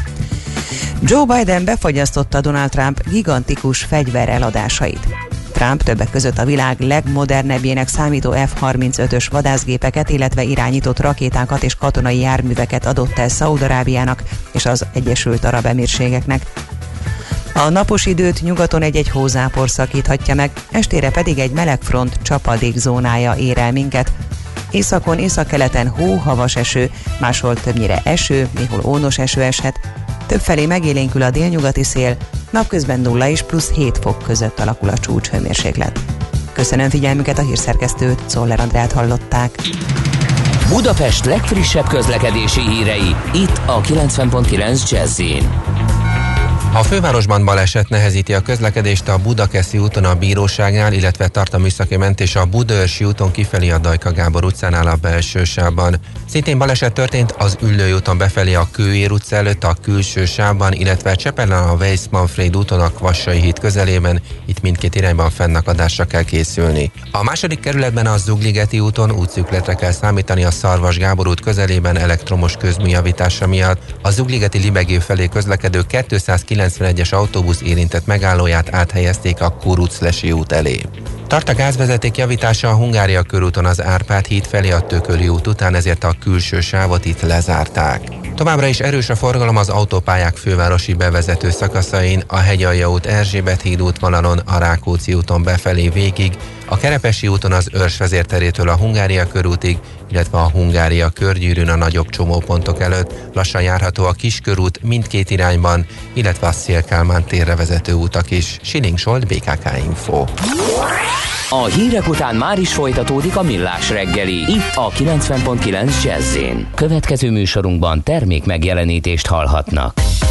Joe Biden befagyasztotta Donald Trump gigantikus fegyver eladásait. Trump többek között a világ legmodernebbjének számító F-35-ös vadászgépeket, illetve irányított rakétákat és katonai járműveket adott el Szaúd-Arábiának és az Egyesült Arab Emírségeknek. A napos időt nyugaton egy-egy hózápor szakíthatja meg, estére pedig egy melegfront csapadékzónája ér el minket. Északon, északkeleten hó, havas eső, máshol többnyire eső, néhol ónos eső eshet. Többfelé megélénkül a délnyugati szél, napközben 0 és plusz 7 fok között alakul a csúcshőmérséklet. Köszönöm figyelmüket, a hírszerkesztőt, Czoller Andrát hallották. Budapest legfrissebb közlekedési hírei, itt a 90.9 Jazz-in. A fővárosban baleset nehezíti a közlekedést a Budakeszi úton a Bíróságnál, illetve tart a műszaki mentés a Budaörsi úton kifelé a Dajka Gábor utcánál a belső sávban. Szintén baleset történt az Üllői úton befelé a Kőér utca előtt a külső sávban, illetve Csepelen a Weiss-Manfréd úton a Kvassai híd közelében, itt mindkét irányban fennakadásra kell készülni. A második kerületben a Zugligeti úton útszűkületre kell számítani a Szarvas Gábor út közelében elektromos közműjavítása miatt. A Zugligeti Libegő felé közlekedő 291-es autóbusz érintett megállóját áthelyezték a Kuruclesi út elé. Tart a gázvezeték javítása a Hungária körúton az Árpád híd felé a Tököli út után, ezért a külső sávot itt lezárták. Továbbra is erős a forgalom az autópályák fővárosi bevezető szakaszain, a Hegyalja út Erzsébet híd útvonalon, a Rákóczi úton befelé végig, a Kerepesi úton az Őrs vezérterétől a Hungária körútig, illetve a Hungária körgyűrűn a nagyobb csomópontok előtt, lassan járható a Kiskörút mindkét irányban, illetve a Széll-Kálmán térre vezető utak is. Siling Zsolt, BKK Info. A hírek után már is folytatódik a Millás reggeli, itt a 90.9 Jazz-én. Következő műsorunkban termék megjelenítést hallhatnak.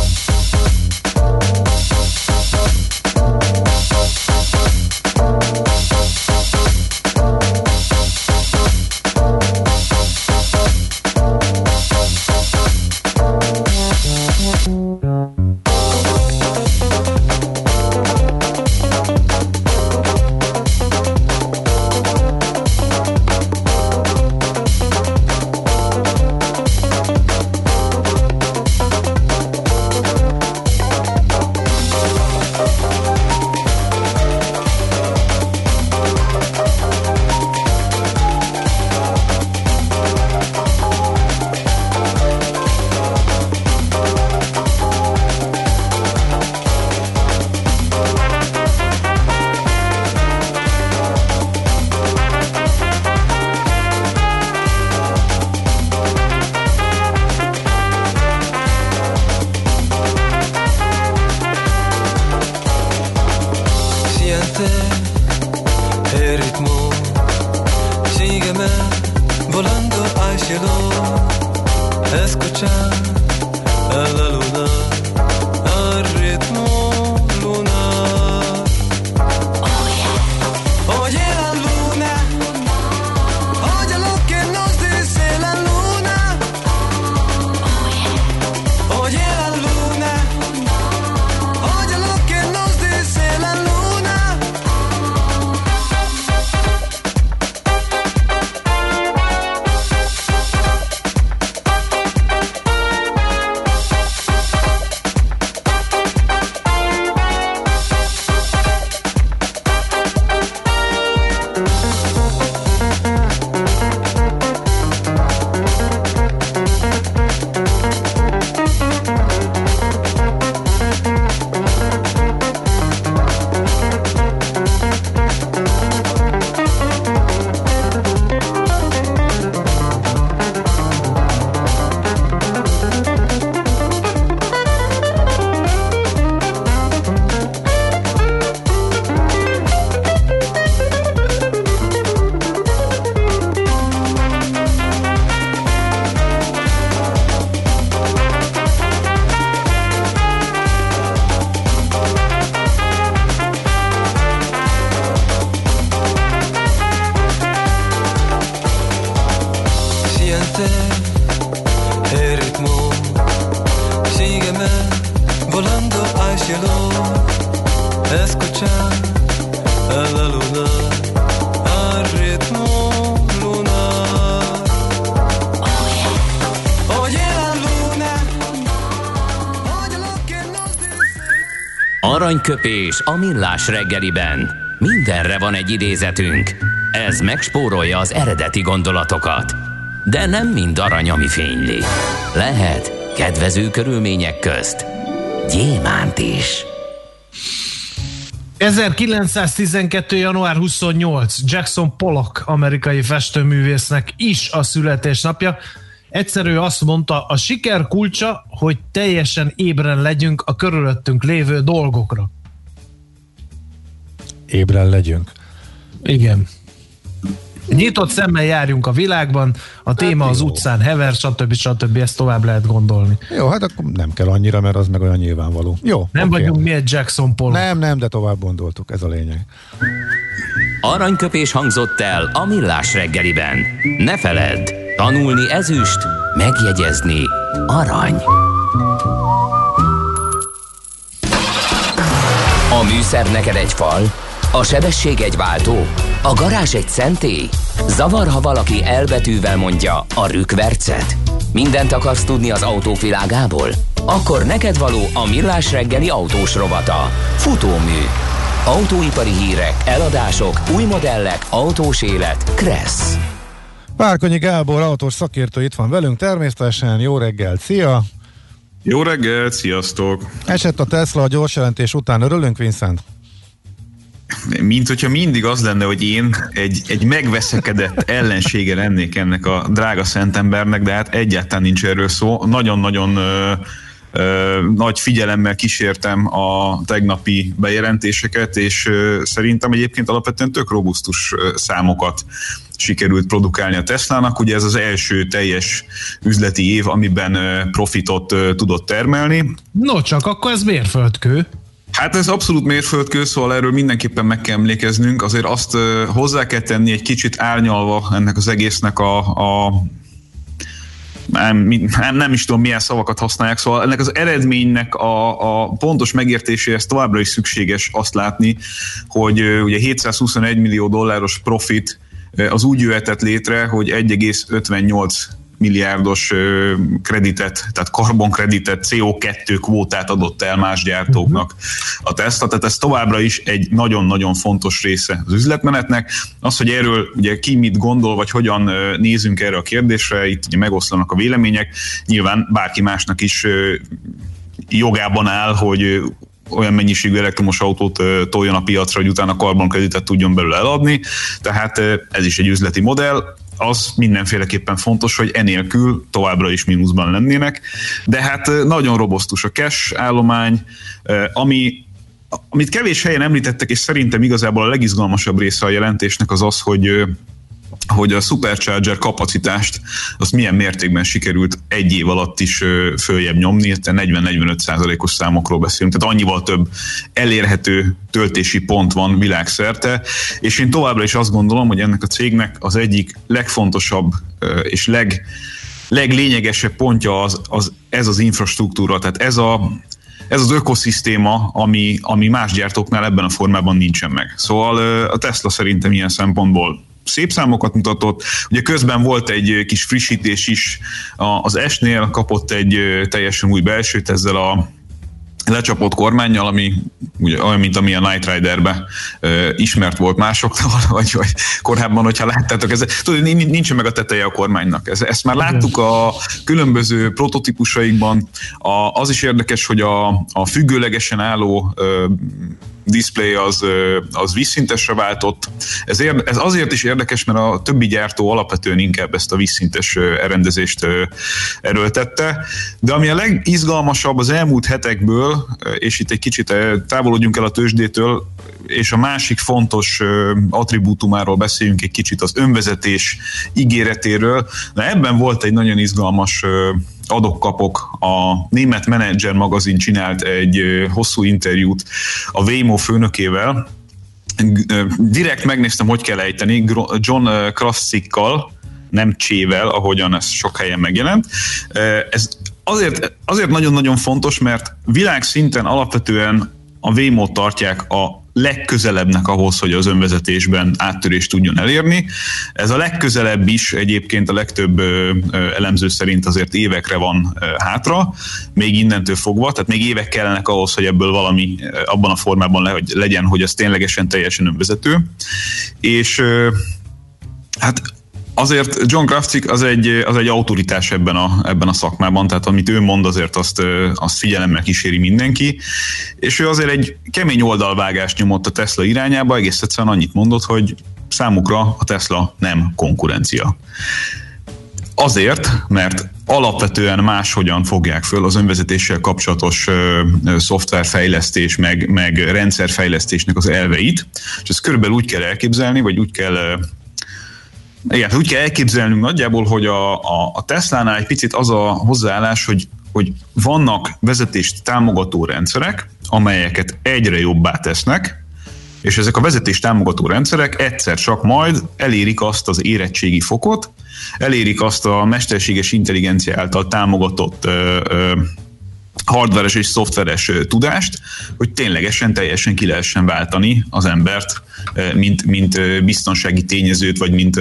Aranyköpés a Millás reggeliben. Mindenre van egy idézetünk. Ez megspórolja az eredeti gondolatokat. De nem mind arany, ami fényli. Lehet kedvező körülmények közt gyémánt is. 1912. január 28. Jackson Pollock amerikai festőművésznek is a születésnapja. Egyszerű azt mondta, a siker kulcsa, hogy teljesen ébren legyünk a körülöttünk lévő dolgokra. Ébren legyünk? Igen. Nyitott szemmel járjunk a világban, a téma az utcán hever, stb. Ezt tovább lehet gondolni. Jó, hát akkor nem kell annyira, mert az meg olyan nyilvánvaló. Jó. Nem vagyunk mi egy Jackson Pollock. Nem, de tovább gondoltuk, ez a lényeg. Aranyköpés hangzott el a Millás reggeliben. Ne feledd, tanulni ezüst, megjegyezni arany. A műszer neked egy fal, a sebesség egy váltó, a garázs egy szentély. Zavar, ha valaki elbetűvel mondja a rükvercet. Mindent akarsz tudni az autók világából? Akkor neked való a Millás reggeli autós rovata. Futómű. Autóipari hírek, eladások, új modellek, autós élet. Kressz. Várkonyi Gábor, autós szakértő itt van velünk természetesen. Jó reggelt, szia! Jó reggelt, sziasztok! Esett a Tesla a gyors jelentés után, örülünk, Vincent? Mint hogyha mindig az lenne, hogy én egy megveszekedett ellensége lennék ennek a drága szentembernek, de hát egyáltalán nincs erről szó. Nagyon-nagyon nagy figyelemmel kísértem a tegnapi bejelentéseket, és szerintem egyébként alapvetően tök robusztus számokat sikerült produkálni a Teslának. Ugye ez az első teljes üzleti év, amiben profitot tudott termelni. No csak, akkor ez mérföldkő. Hát ez abszolút mérföldkő, szóval erről mindenképpen meg kell emlékeznünk. Azért azt hozzá kell tenni egy kicsit árnyalva ennek az egésznek nem is tudom, milyen szavakat használják, szóval ennek az eredménynek a pontos megértéséhez továbbra is szükséges azt látni, hogy ugye $721 millió profit az úgy jöhetett létre, hogy 1,58 milliárdos kreditet, tehát karbonkreditet, CO2 kvótát adott el más gyártóknak a Tesla, tehát ez továbbra is egy nagyon-nagyon fontos része az üzletmenetnek. Az, hogy erről ugye ki mit gondol, vagy hogyan nézünk erre a kérdésre, itt ugye megoszlanak a vélemények, nyilván bárki másnak is jogában áll, hogy olyan mennyiségű elektromos autót toljon a piacra, hogy utána karbonkreditet tudjon belőle eladni, tehát ez is egy üzleti modell. Az mindenféleképpen fontos, hogy enélkül továbbra is mínuszban lennének, de hát nagyon robosztus a cash állomány, amit kevés helyen említettek, és szerintem igazából a legizgalmasabb része a jelentésnek az az, hogy a Supercharger kapacitást azt milyen mértékben sikerült egy év alatt is följebb nyomni, tehát 40-45%-os számokról beszélünk, tehát annyival több elérhető töltési pont van világszerte, és én továbbra is azt gondolom, hogy ennek a cégnek az egyik legfontosabb és leglényegesebb pontja ez az infrastruktúra, tehát ez az ökoszisztéma, ami más gyártóknál ebben a formában nincsen meg. Szóval a Tesla szerintem ilyen szempontból szép számokat mutatott. Ugye közben volt egy kis frissítés is, az S-nél kapott egy teljesen új belsőt ezzel a lecsapott kormánnyal, ami ugye olyan, mint ami a Knight Riderbe ismert volt másoktól, vagy korábban, hogyha láttátok, tudod, nincsen meg a teteje a kormánynak. Ezt már láttuk a különböző prototípusaikban. Az is érdekes, hogy a függőlegesen álló display az vízszintesre váltott. Ez azért is érdekes, mert a többi gyártó alapvetően inkább ezt a vízszintes elrendezést erőltette. De ami a legizgalmasabb az elmúlt hetekből, és itt egy kicsit távolodjunk el a tőzsdétől, és a másik fontos attribútumáról beszéljünk egy kicsit, az önvezetés ígéretéről. Na, ebben volt egy nagyon izgalmas adok-kapok. A német Manager magazin csinált egy hosszú interjút a Waymo főnökével. Direkt megnéztem, hogy kell ejteni, John Krasickkal, nem Csével, ahogyan ez sok helyen megjelent. Ez azért nagyon-nagyon fontos, mert világszinten alapvetően a Waymo-t tartják a legközelebbnek ahhoz, hogy az önvezetésben áttörést tudjon elérni. Ez a legközelebb is egyébként a legtöbb elemző szerint azért évekre van hátra, még innentől fogva, tehát még évek kellenek ahhoz, hogy ebből valami abban a formában legyen, hogy az ténylegesen teljesen önvezető. És hát azért John Krafcik az egy autoritás ebben a szakmában, tehát amit ő mond, azért azt figyelemmel kíséri mindenki, és ő azért egy kemény oldalvágást nyomott a Tesla irányába, egész egyszerűen annyit mondott, hogy számukra a Tesla nem konkurencia. Azért, mert alapvetően máshogyan fogják föl az önvezetéssel kapcsolatos szoftverfejlesztés, meg rendszerfejlesztésnek az elveit, és ezt körülbelül úgy kell elképzelni, vagy úgy kell Igen, úgy kell elképzelnünk nagyjából, hogy a Teslánál egy picit az a hozzáállás, hogy vannak vezetést támogató rendszerek, amelyeket egyre jobbá tesznek, és ezek a vezetés támogató rendszerek egyszer csak majd elérik azt az érettségi fokot, elérik azt a mesterséges intelligencia által támogatott hardveres és szoftveres tudást, hogy ténylegesen, teljesen ki lehessen váltani az embert, mint biztonsági tényezőt, vagy mint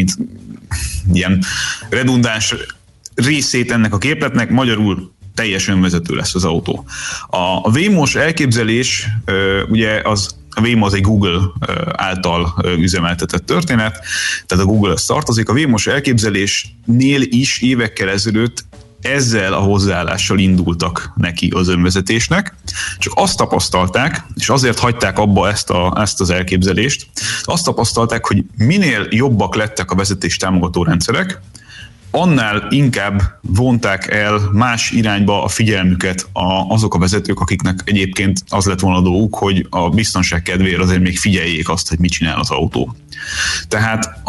ilyen redundáns részét ennek a képletnek, magyarul teljes önvezető lesz az autó. A Waymo-s elképzelés, ugye a Waymo az egy Google által üzemeltetett történet, tehát a Google-hoz tartozik. A Waymo-s elképzelésnél is évekkel ezelőtt ezzel a hozzáállással indultak neki az önvezetésnek, csak azt tapasztalták, és azért hagyták abba ezt az elképzelést, azt tapasztalták, hogy minél jobbak lettek a vezetés támogató rendszerek, annál inkább vonták el más irányba a figyelmüket azok a vezetők, akiknek egyébként az lett volna a dolguk, hogy a biztonság kedvéért azért még figyeljék azt, hogy mit csinál az autó. Tehát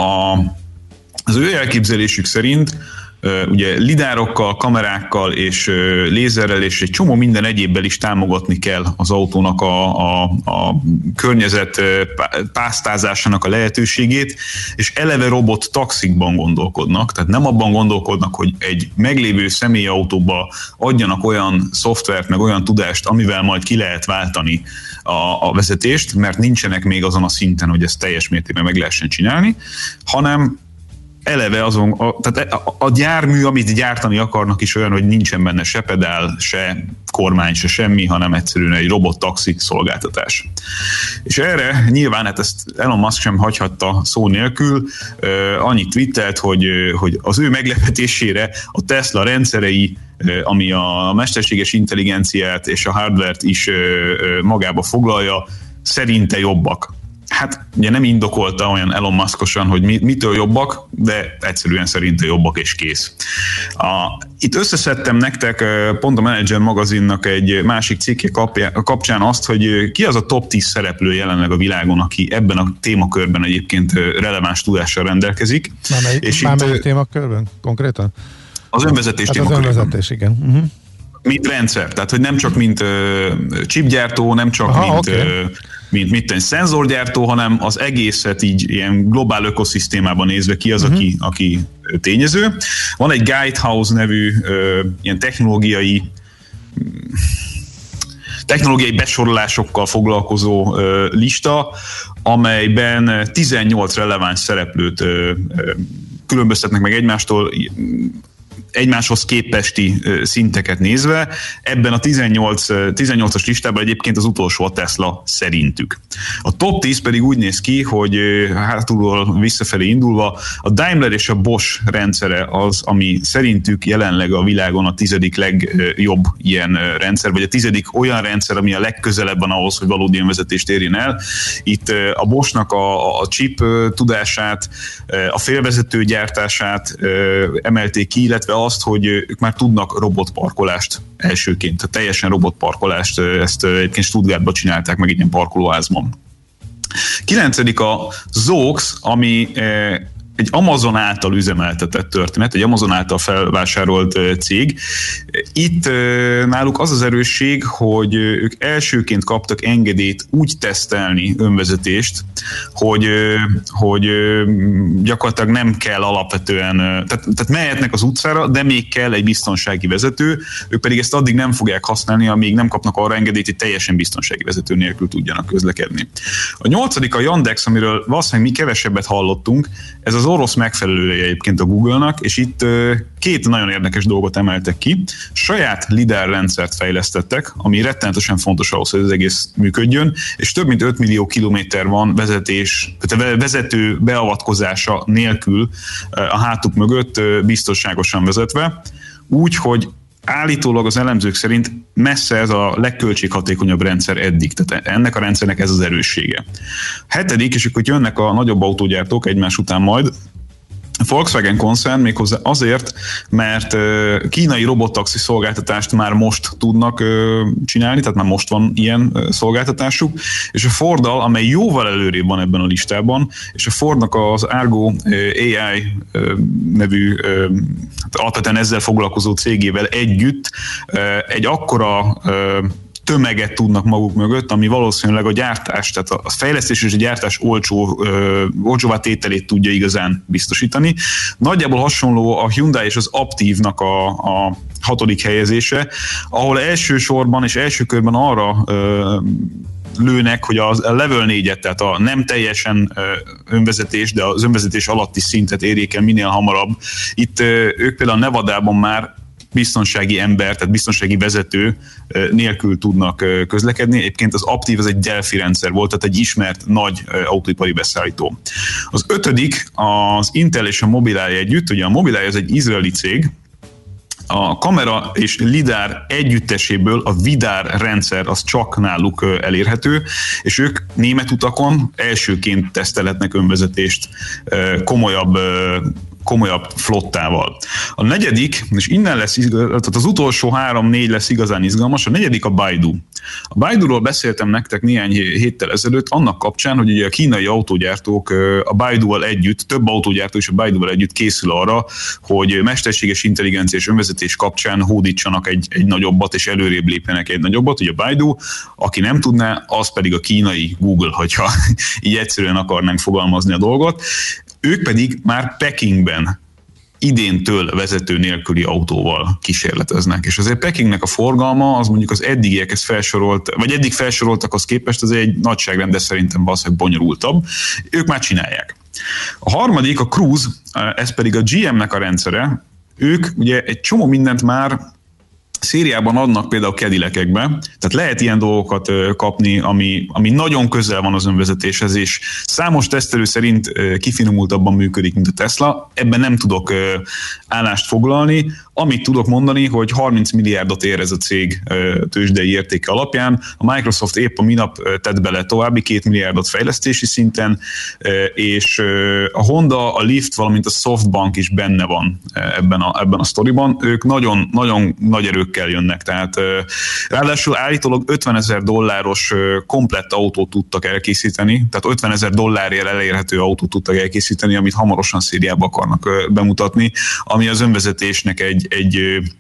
az ő elképzelésük szerint ugye lidárokkal, kamerákkal és lézerrel és egy csomó minden egyébbel is támogatni kell az autónak a környezet pásztázásának a lehetőségét, és eleve robot taxikban gondolkodnak, tehát nem abban gondolkodnak, hogy egy meglévő személyautóba adjanak olyan szoftvert, meg olyan tudást, amivel majd ki lehet váltani a vezetést, mert nincsenek még azon a szinten, hogy ezt teljes mértékben meg lehessen csinálni, hanem eleve tehát a gyármű, amit gyártani akarnak is olyan, hogy nincsen benne se pedál, se kormány, se semmi, hanem egyszerűen egy robot-taxi szolgáltatás. És erre nyilván, hát ezt Elon Musk sem hagyhatta szó nélkül, annyit twittelt, hogy az ő meglepetésére a Tesla rendszerei, ami a mesterséges intelligenciát és a hardware-t is magába foglalja, szerinte jobbak. Hát ugye nem indokolta olyan Elon Muskosan, hogy mitől jobbak, de egyszerűen szerinte jobbak és kész. Itt összeszedtem nektek pont a Manager magazinnak egy másik cikke kapcsán azt, hogy ki az a top 10 szereplő jelenleg a világon, aki ebben a témakörben egyébként releváns tudással rendelkezik. Melyik témakörben konkrétan? Az önvezetés témakörben. Az önvezetés, igen. Uh-huh. Mint rendszer, tehát hogy nem csak mint chipgyártó, nem csak mint szenzorgyártó, hanem az egészet így ilyen globál ökoszisztémában nézve ki az, aki tényező. Van egy Guidehouse nevű ilyen technológiai besorolásokkal foglalkozó lista, amelyben 18 releváns szereplőt különböztetnek meg egymáshoz képesti szinteket nézve. Ebben a 18-as listában egyébként az utolsó a Tesla szerintük. A top 10 pedig úgy néz ki, hogy hátulról visszafelé indulva a Daimler és a Bosch rendszere az, ami szerintük jelenleg a világon a 10. legjobb ilyen rendszer, vagy a 10. olyan rendszer, ami a legközelebb van ahhoz, hogy valódi önvezetést érjen el. Itt a Boschnak a chip tudását, a félvezető gyártását emelték ki, illetve azt, hogy ők már tudnak robotparkolást elsőként, tehát teljesen robotparkolást, ezt egyébként Stuttgartban csinálták meg egy ilyen parkolóházban. 9. a Zoox, ami egy Amazon által üzemeltetett történet, egy Amazon által felvásárolt cég. Itt náluk az az erősség, hogy ők elsőként kaptak engedélyt úgy tesztelni önvezetést, hogy gyakorlatilag nem kell alapvetően, tehát mehetnek az utcára, de még kell egy biztonsági vezető, ők pedig ezt addig nem fogják használni, amíg nem kapnak arra engedélyt, hogy teljesen biztonsági vezető nélkül tudjanak közlekedni. A 8. a Yandex, amiről valószínűleg mi kevesebbet hallottunk, ez az orosz megfelelője egyébként a Google-nak, és itt két nagyon érdekes dolgot emeltek ki. Saját lidar rendszert fejlesztettek, ami rettenetesen fontos ahhoz, hogy az egész működjön, és több mint 5 millió kilométer van vezető beavatkozása nélkül a hátuk mögött biztonságosan vezetve, úgy, hogy állítólag az elemzők szerint messze ez a legköltséghatékonyabb rendszer eddig, tehát ennek a rendszernek ez az erőssége. 7. és akkor jönnek a nagyobb autógyártók egymás után majd, Volkswagen koncern méghozzá azért, mert kínai robottaxi szolgáltatást már most tudnak csinálni, tehát már most van ilyen szolgáltatásuk, és a Forddal, amely jóval előrébb van ebben a listában, és a Fordnak az Argo AI nevű, alapvetően ezzel foglalkozó cégével együtt egy akkora tömeget tudnak maguk mögött, ami valószínűleg a gyártás, tehát a fejlesztés és a gyártás olcsóvá tételét tudja igazán biztosítani. Nagyjából hasonló a Hyundai és az Aptiv-nak a 6. helyezése, ahol elsősorban és első körben arra lőnek, hogy a level 4-et, tehát a nem teljesen önvezetés, de az önvezetés alatti szintet érjék el minél hamarabb. Itt ők például Nevadában már biztonsági ember, tehát biztonsági vezető nélkül tudnak közlekedni. Egyébként az Aptiv az egy Delphi rendszer volt, tehát egy ismert nagy autóipari beszállító. Az 5. az Intel és a Mobileye együtt, ugye a Mobileye az egy izraeli cég, a kamera és lidar együtteséből a vidar rendszer az csak náluk elérhető, és ők német utakon elsőként tesztelhetnek önvezetést komolyabb flottával. A 4., és innen lesz, tehát az utolsó 3-4 lesz igazán izgalmas, a 4. a Baidu. A Baiduról beszéltem nektek néhány héttel ezelőtt, annak kapcsán, hogy ugye a kínai autógyártók a Baiduval együtt, több autógyártó is a Baiduval együtt készül arra, hogy mesterséges intelligencia és önvezetés kapcsán hódítsanak egy nagyobbat, és előrébb lépjenek egy nagyobbat. Ugye a Baidu, aki nem tudná, az pedig a kínai Google, hogyha így egyszerűen akarnánk fogalmazni a dolgot. Ők pedig már Pekingben idéntől vezető nélküli autóval kísérleteznek. És azért Pekingnek a forgalma, az mondjuk az eddigiekhez felsorolt, vagy eddig felsoroltakhoz képest az egy nagyságrend, de szerintem valószínűleg bonyolultabb. Ők már csinálják. A 3. a Cruise, ez pedig a GM-nek a rendszere. Ők ugye egy csomó mindent már szériában adnak például Cadillacekbe, tehát lehet ilyen dolgokat kapni, ami nagyon közel van az önvezetéshez, és számos tesztelő szerint kifinomultabban működik, mint a Tesla. Ebben nem tudok állást foglalni. Amit tudok mondani, hogy 30 milliárdot ér ez a cég tőzsdei értéke alapján. A Microsoft épp a minap tett bele további 2 milliárdot fejlesztési szinten, és a Honda, a Lyft, valamint a SoftBank is benne van ebben a sztoriban. Ők nagyon, nagyon nagy erőkkel jönnek, tehát ráadásul állítólag $50,000 komplett autót tudtak elkészíteni, tehát $50,000 elérhető autót tudtak elkészíteni, amit hamarosan szériába akarnak bemutatni, ami az önvezetésnek egy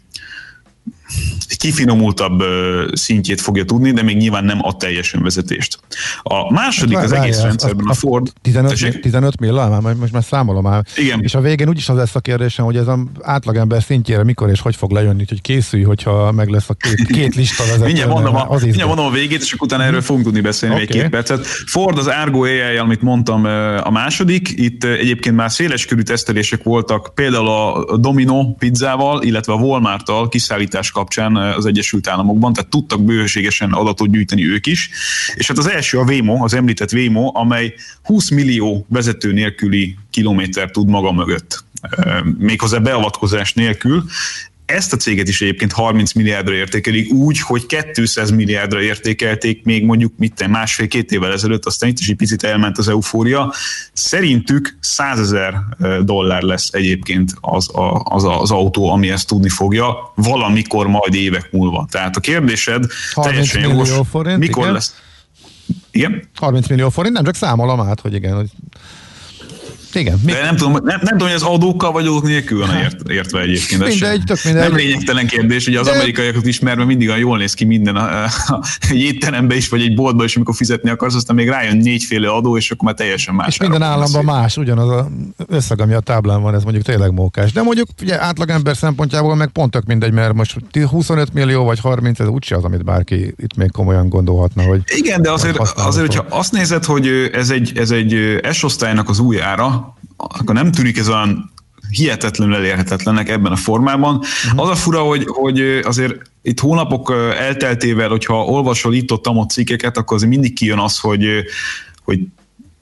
kifinomultabb szintjét fogja tudni, de még nyilván nem a teljes önvezetést. A második az egész rendszerben a Ford... 15 millió, most már számolom már. Igen. És a végén úgyis az lesz a kérdésem, hogy ez az átlagember szintjére mikor és hogy fog lejönni, hogy készülj, hogyha meg lesz a két lista vezető. Mindjárt mondom a végét, és akkor utána erről fogunk tudni beszélni még 2 percet. Ford az Argo AI, amit mondtam, a második. Itt egyébként már széleskörű tesztelések voltak, például a Domino pizzával, illetve a Walmarttal kiszállítás kapcsán az Egyesült Államokban, tehát tudtak bőségesen adatot gyűjteni ők is. És hát az első a Waymo, az említett Waymo, amely 20 millió vezető nélküli kilométer tud maga mögött. Méghozzá beavatkozás nélkül. Ezt a céget is egyébként 30 milliárdra értékelik úgy, hogy 200 milliárdra értékelték még mondjuk 1,5-2 évvel ezelőtt, aztán itt is egy picit elment az eufória. Szerintük $100,000 lesz egyébként az autó, ami ezt tudni fogja, valamikor majd évek múlva. Tehát a kérdésed teljesen jogos, mikor igen? lesz? Igen? 30 millió forint, nem csak számolom át, hogy igen, hogy igen. De nem tudom, hogy az adókkal vagy adók nélkül van értve egyébként. Mindegy, tök mindegy. Nem lényegtelen kérdés, hogy az amerikaiakat ismerve mindig olyan jól néz ki minden egy étterembe is, vagy egy boltba is, amikor fizetni akarsz, aztán még rájön 4 adó, és akkor már teljesen más. És minden államban más, ugyanaz az összeg, ami a táblán van, ez mondjuk tényleg mókás. De mondjuk ugye átlagember szempontjából meg pont tök mindegy, mert most 25 millió vagy 30, ez úgyse az, amit bárki itt még komolyan gondolhatna, hogy... Igen, de azért hogyha azt nézed, hogy ez egy S-osztálynak az új ára, akkor nem tűnik ez olyan hihetetlenül elérhetetlennek ebben a formában. Az a fura, hogy azért itt hónapok elteltével, hogyha olvasol itt-ott cikkeket, akkor azért mindig kijön az, hogy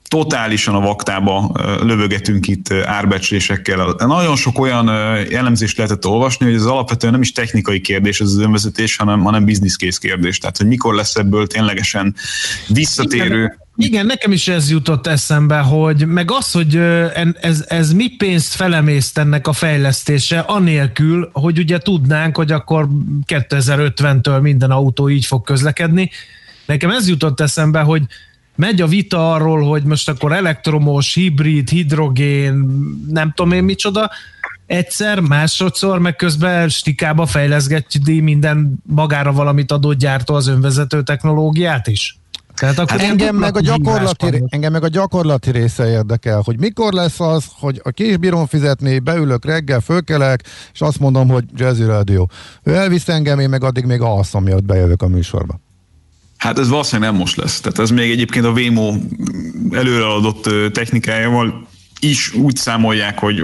totálisan a vaktába lövögetünk itt árbecslésekkel. Nagyon sok olyan elemzést lehetett olvasni, hogy ez alapvetően nem is technikai kérdés ez az önvezetés, hanem business case kérdés. Tehát, hogy mikor lesz ebből ténylegesen visszatérő. Igen, nekem is ez jutott eszembe, hogy meg az, hogy ez mi pénzt felemészt ennek a fejlesztése, anélkül, hogy ugye tudnánk, hogy akkor 2050-től minden autó így fog közlekedni. Nekem ez jutott eszembe, hogy megy a vita arról, hogy most akkor elektromos, hibrid, hidrogén, nem tudom én micsoda, egyszer, másodszor, meg közben stikába fejleszgeti minden magára valamit adott gyártó az önvezető technológiát is. Tehát akkor engem meg a gyakorlati része érdekel, hogy mikor lesz az, hogy ki is bírom fizetni, beülök reggel, fölkelek, és azt mondom, hogy Jazzy Radio. Ő elvisz engem, én meg addig még alszom, miatt bejövök a műsorba. Hát ez valószínűleg nem most lesz. Tehát ez még egyébként a Waymo előreadott technikájával is úgy számolják, hogy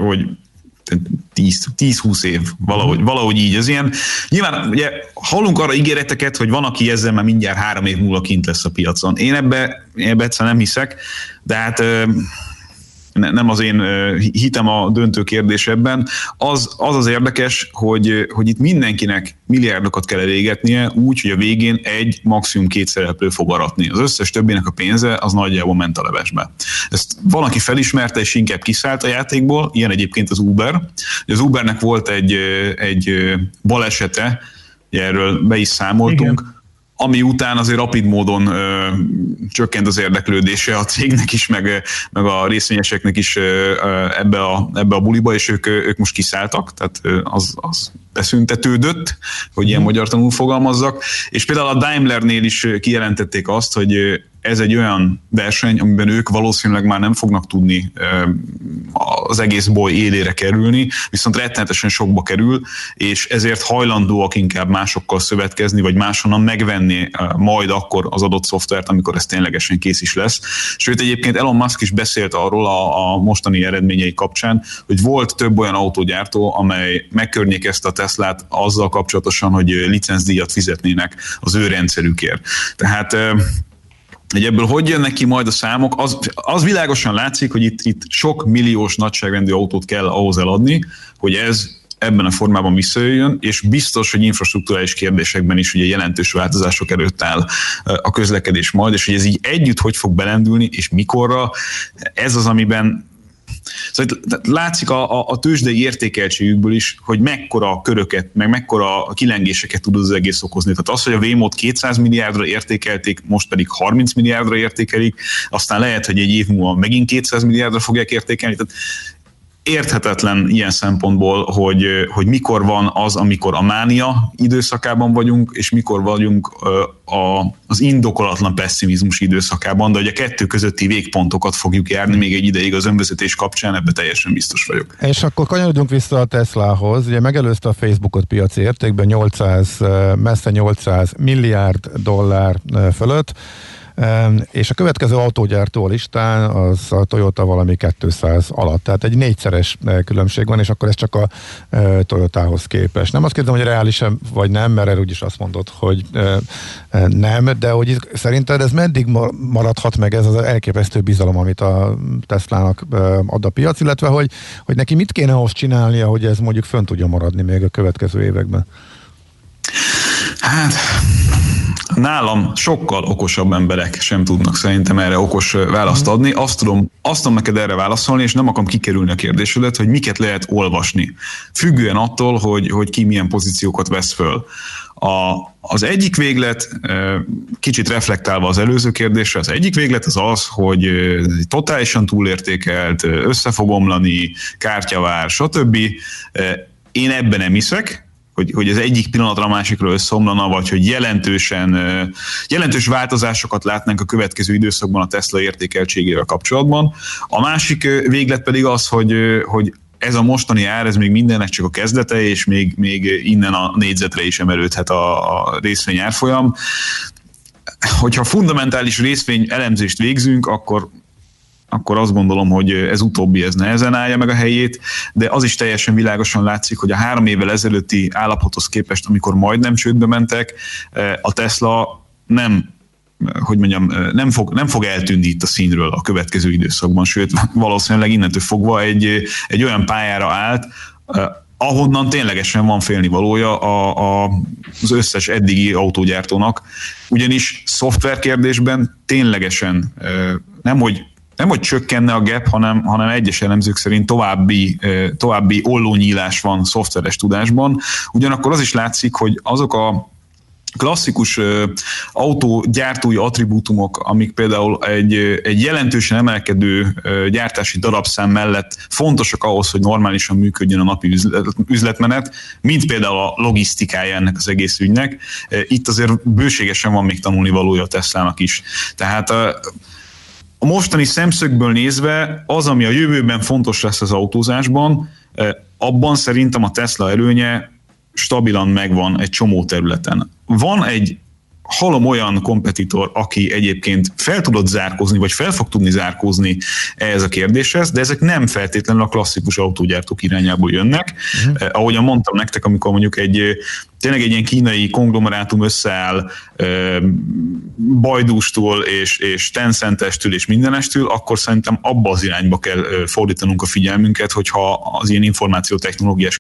10-20 év, valahogy így. Ez ilyen, nyilván ugye hallunk arra ígéreteket, hogy van, aki ezzel már mindjárt 3 év múlva kint lesz a piacon. Én ebbe egyszerűen nem hiszek, de hát nem az én hitem a döntő kérdés ebben. Az érdekes, hogy itt mindenkinek milliárdokat kell elégetnie úgy, hogy a végén egy, maximum 2 szereplő fog aratni. Az összes többinek a pénze az nagyjából ment a levesbe. Ezt valaki felismerte, és inkább kiszállt a játékból, ilyen egyébként az Uber. Az Ubernek volt egy balesete, erről be is számoltunk, igen, ami után azért rapid módon csökkent az érdeklődése a cégnek is, meg a részvényeseknek is ebbe a buliba, és ők most kiszálltak, tehát az beszüntetődött, hogy ilyen magyartanul fogalmazzak, és például a Daimlernél is kijelentették azt, hogy ez egy olyan verseny, amiben ők valószínűleg már nem fognak tudni az egész boly élére kerülni, viszont rettenetesen sokba kerül, és ezért hajlandóak inkább másokkal szövetkezni, vagy máshonnan megvenni majd akkor az adott szoftvert, amikor ez ténylegesen kész is lesz. Sőt, egyébként Elon Musk is beszélt arról a mostani eredményei kapcsán, hogy volt több olyan autógyártó, amely megkörnyékezte a Teslát azzal kapcsolatosan, hogy licencdíjat fizetnének az ő rendszerükért. Tehát hogy ebből hogy jönnek ki majd a számok, az világosan látszik, hogy itt sok milliós nagyságrendű autót kell ahhoz eladni, hogy ez ebben a formában visszajöjjön, és biztos, hogy infrastrukturális kérdésekben is ugye jelentős változások előtt áll a közlekedés majd, és hogy ez így együtt hogy fog belendülni, és mikorra, ez az, amiben szóval látszik a tőzsdei értékeltségükből is, hogy mekkora köröket, meg mekkora kilengéseket tud az egész okozni. Tehát az, hogy a Waymo-t 200 milliárdra értékelték, most pedig 30 milliárdra értékelik, aztán lehet, hogy egy év múlva megint 200 milliárdra fogják értékelni. Tehát érthetetlen ilyen szempontból, hogy mikor van az, amikor a mánia időszakában vagyunk, és mikor vagyunk az indokolatlan pesszimizmus időszakában, de hogy a kettő közötti végpontokat fogjuk járni még egy ideig az önvezetés kapcsán, ebben teljesen biztos vagyok. És akkor kanyarodjunk vissza a Teslahoz. Ugye megelőzte a Facebookot piaci értékben messze 800 milliárd dollár fölött, és a következő autógyártó a listán az a Toyota valami 200 alatt, tehát egy 4-szeres különbség van, és akkor ez csak a Toyotához képest. Nem azt kérdezem, hogy reális vagy nem, mert erről úgyis azt mondod, hogy nem, de hogy szerinted ez meddig maradhat meg ez az elképesztő bizalom, amit a Teslának ad a piac, illetve hogy neki mit kéne ahhoz csinálnia, hogy ez mondjuk fönn tudja maradni még a következő években? Hát nálam sokkal okosabb emberek sem tudnak szerintem erre okos választ adni. Azt tudom neked erre válaszolni, és nem akarom kikerülni a kérdésedet, hogy miket lehet olvasni. Függően attól, hogy ki milyen pozíciókat vesz föl. Az egyik véglet, kicsit reflektálva az előző kérdésre, az egyik véglet az, hogy totálisan túlértékelt, össze fog omlani, kártyavár, stb. Én ebben nem hiszek, hogy az egyik pillanatra a másikról összeomlana, vagy hogy jelentős változásokat látnánk a következő időszakban a Tesla értékeltségével kapcsolatban. A másik véglet pedig az, hogy ez a mostani ár, ez még mindennek csak a kezdete, és még innen a négyzetre is emelődhet a részvény árfolyam. Hogyha fundamentális részvény elemzést végzünk, akkor azt gondolom, hogy ez utóbbi, ez nehezen állja meg a helyét, de az is teljesen világosan látszik, hogy a 3 évvel ezelőtti állapothoz képest, amikor majdnem csődbe mentek, a Tesla nem hogy mondjam, nem fog eltűnni itt a színről a következő időszakban, sőt, valószínűleg innentől fogva egy olyan pályára állt, ahonnan ténylegesen van félnivalója az összes eddigi autógyártónak, ugyanis szoftver kérdésben ténylegesen nem hogy csökkenne a gap, hanem egyes elemzők szerint további ollónyílás van szoftveres tudásban. Ugyanakkor az is látszik, hogy azok a klasszikus autógyártói attribútumok, amik például egy jelentősen emelkedő gyártási darabszám mellett fontosak ahhoz, hogy normálisan működjön a napi üzletmenet, mint például a logisztikája ennek az egész ügynek. Itt azért bőségesen van még tanulnivalója a Teslának is. Tehát a mostani szemszögből nézve az, ami a jövőben fontos lesz az autózásban, abban szerintem a Tesla előnye stabilan megvan egy csomó területen. Van egy halom olyan kompetitor, aki egyébként fel tudott zárkózni, vagy fel fog tudni zárkózni ehhez a kérdéshez, de ezek nem feltétlenül a klasszikus autógyártók irányából jönnek. Ahogyan mondtam nektek, amikor mondjuk tényleg egy ilyen kínai konglomerátum összeáll Bajdústól és Tencentestől és mindenestől, akkor szerintem abba az irányba kell fordítanunk a figyelmünket, hogyha az ilyen információtechnológiás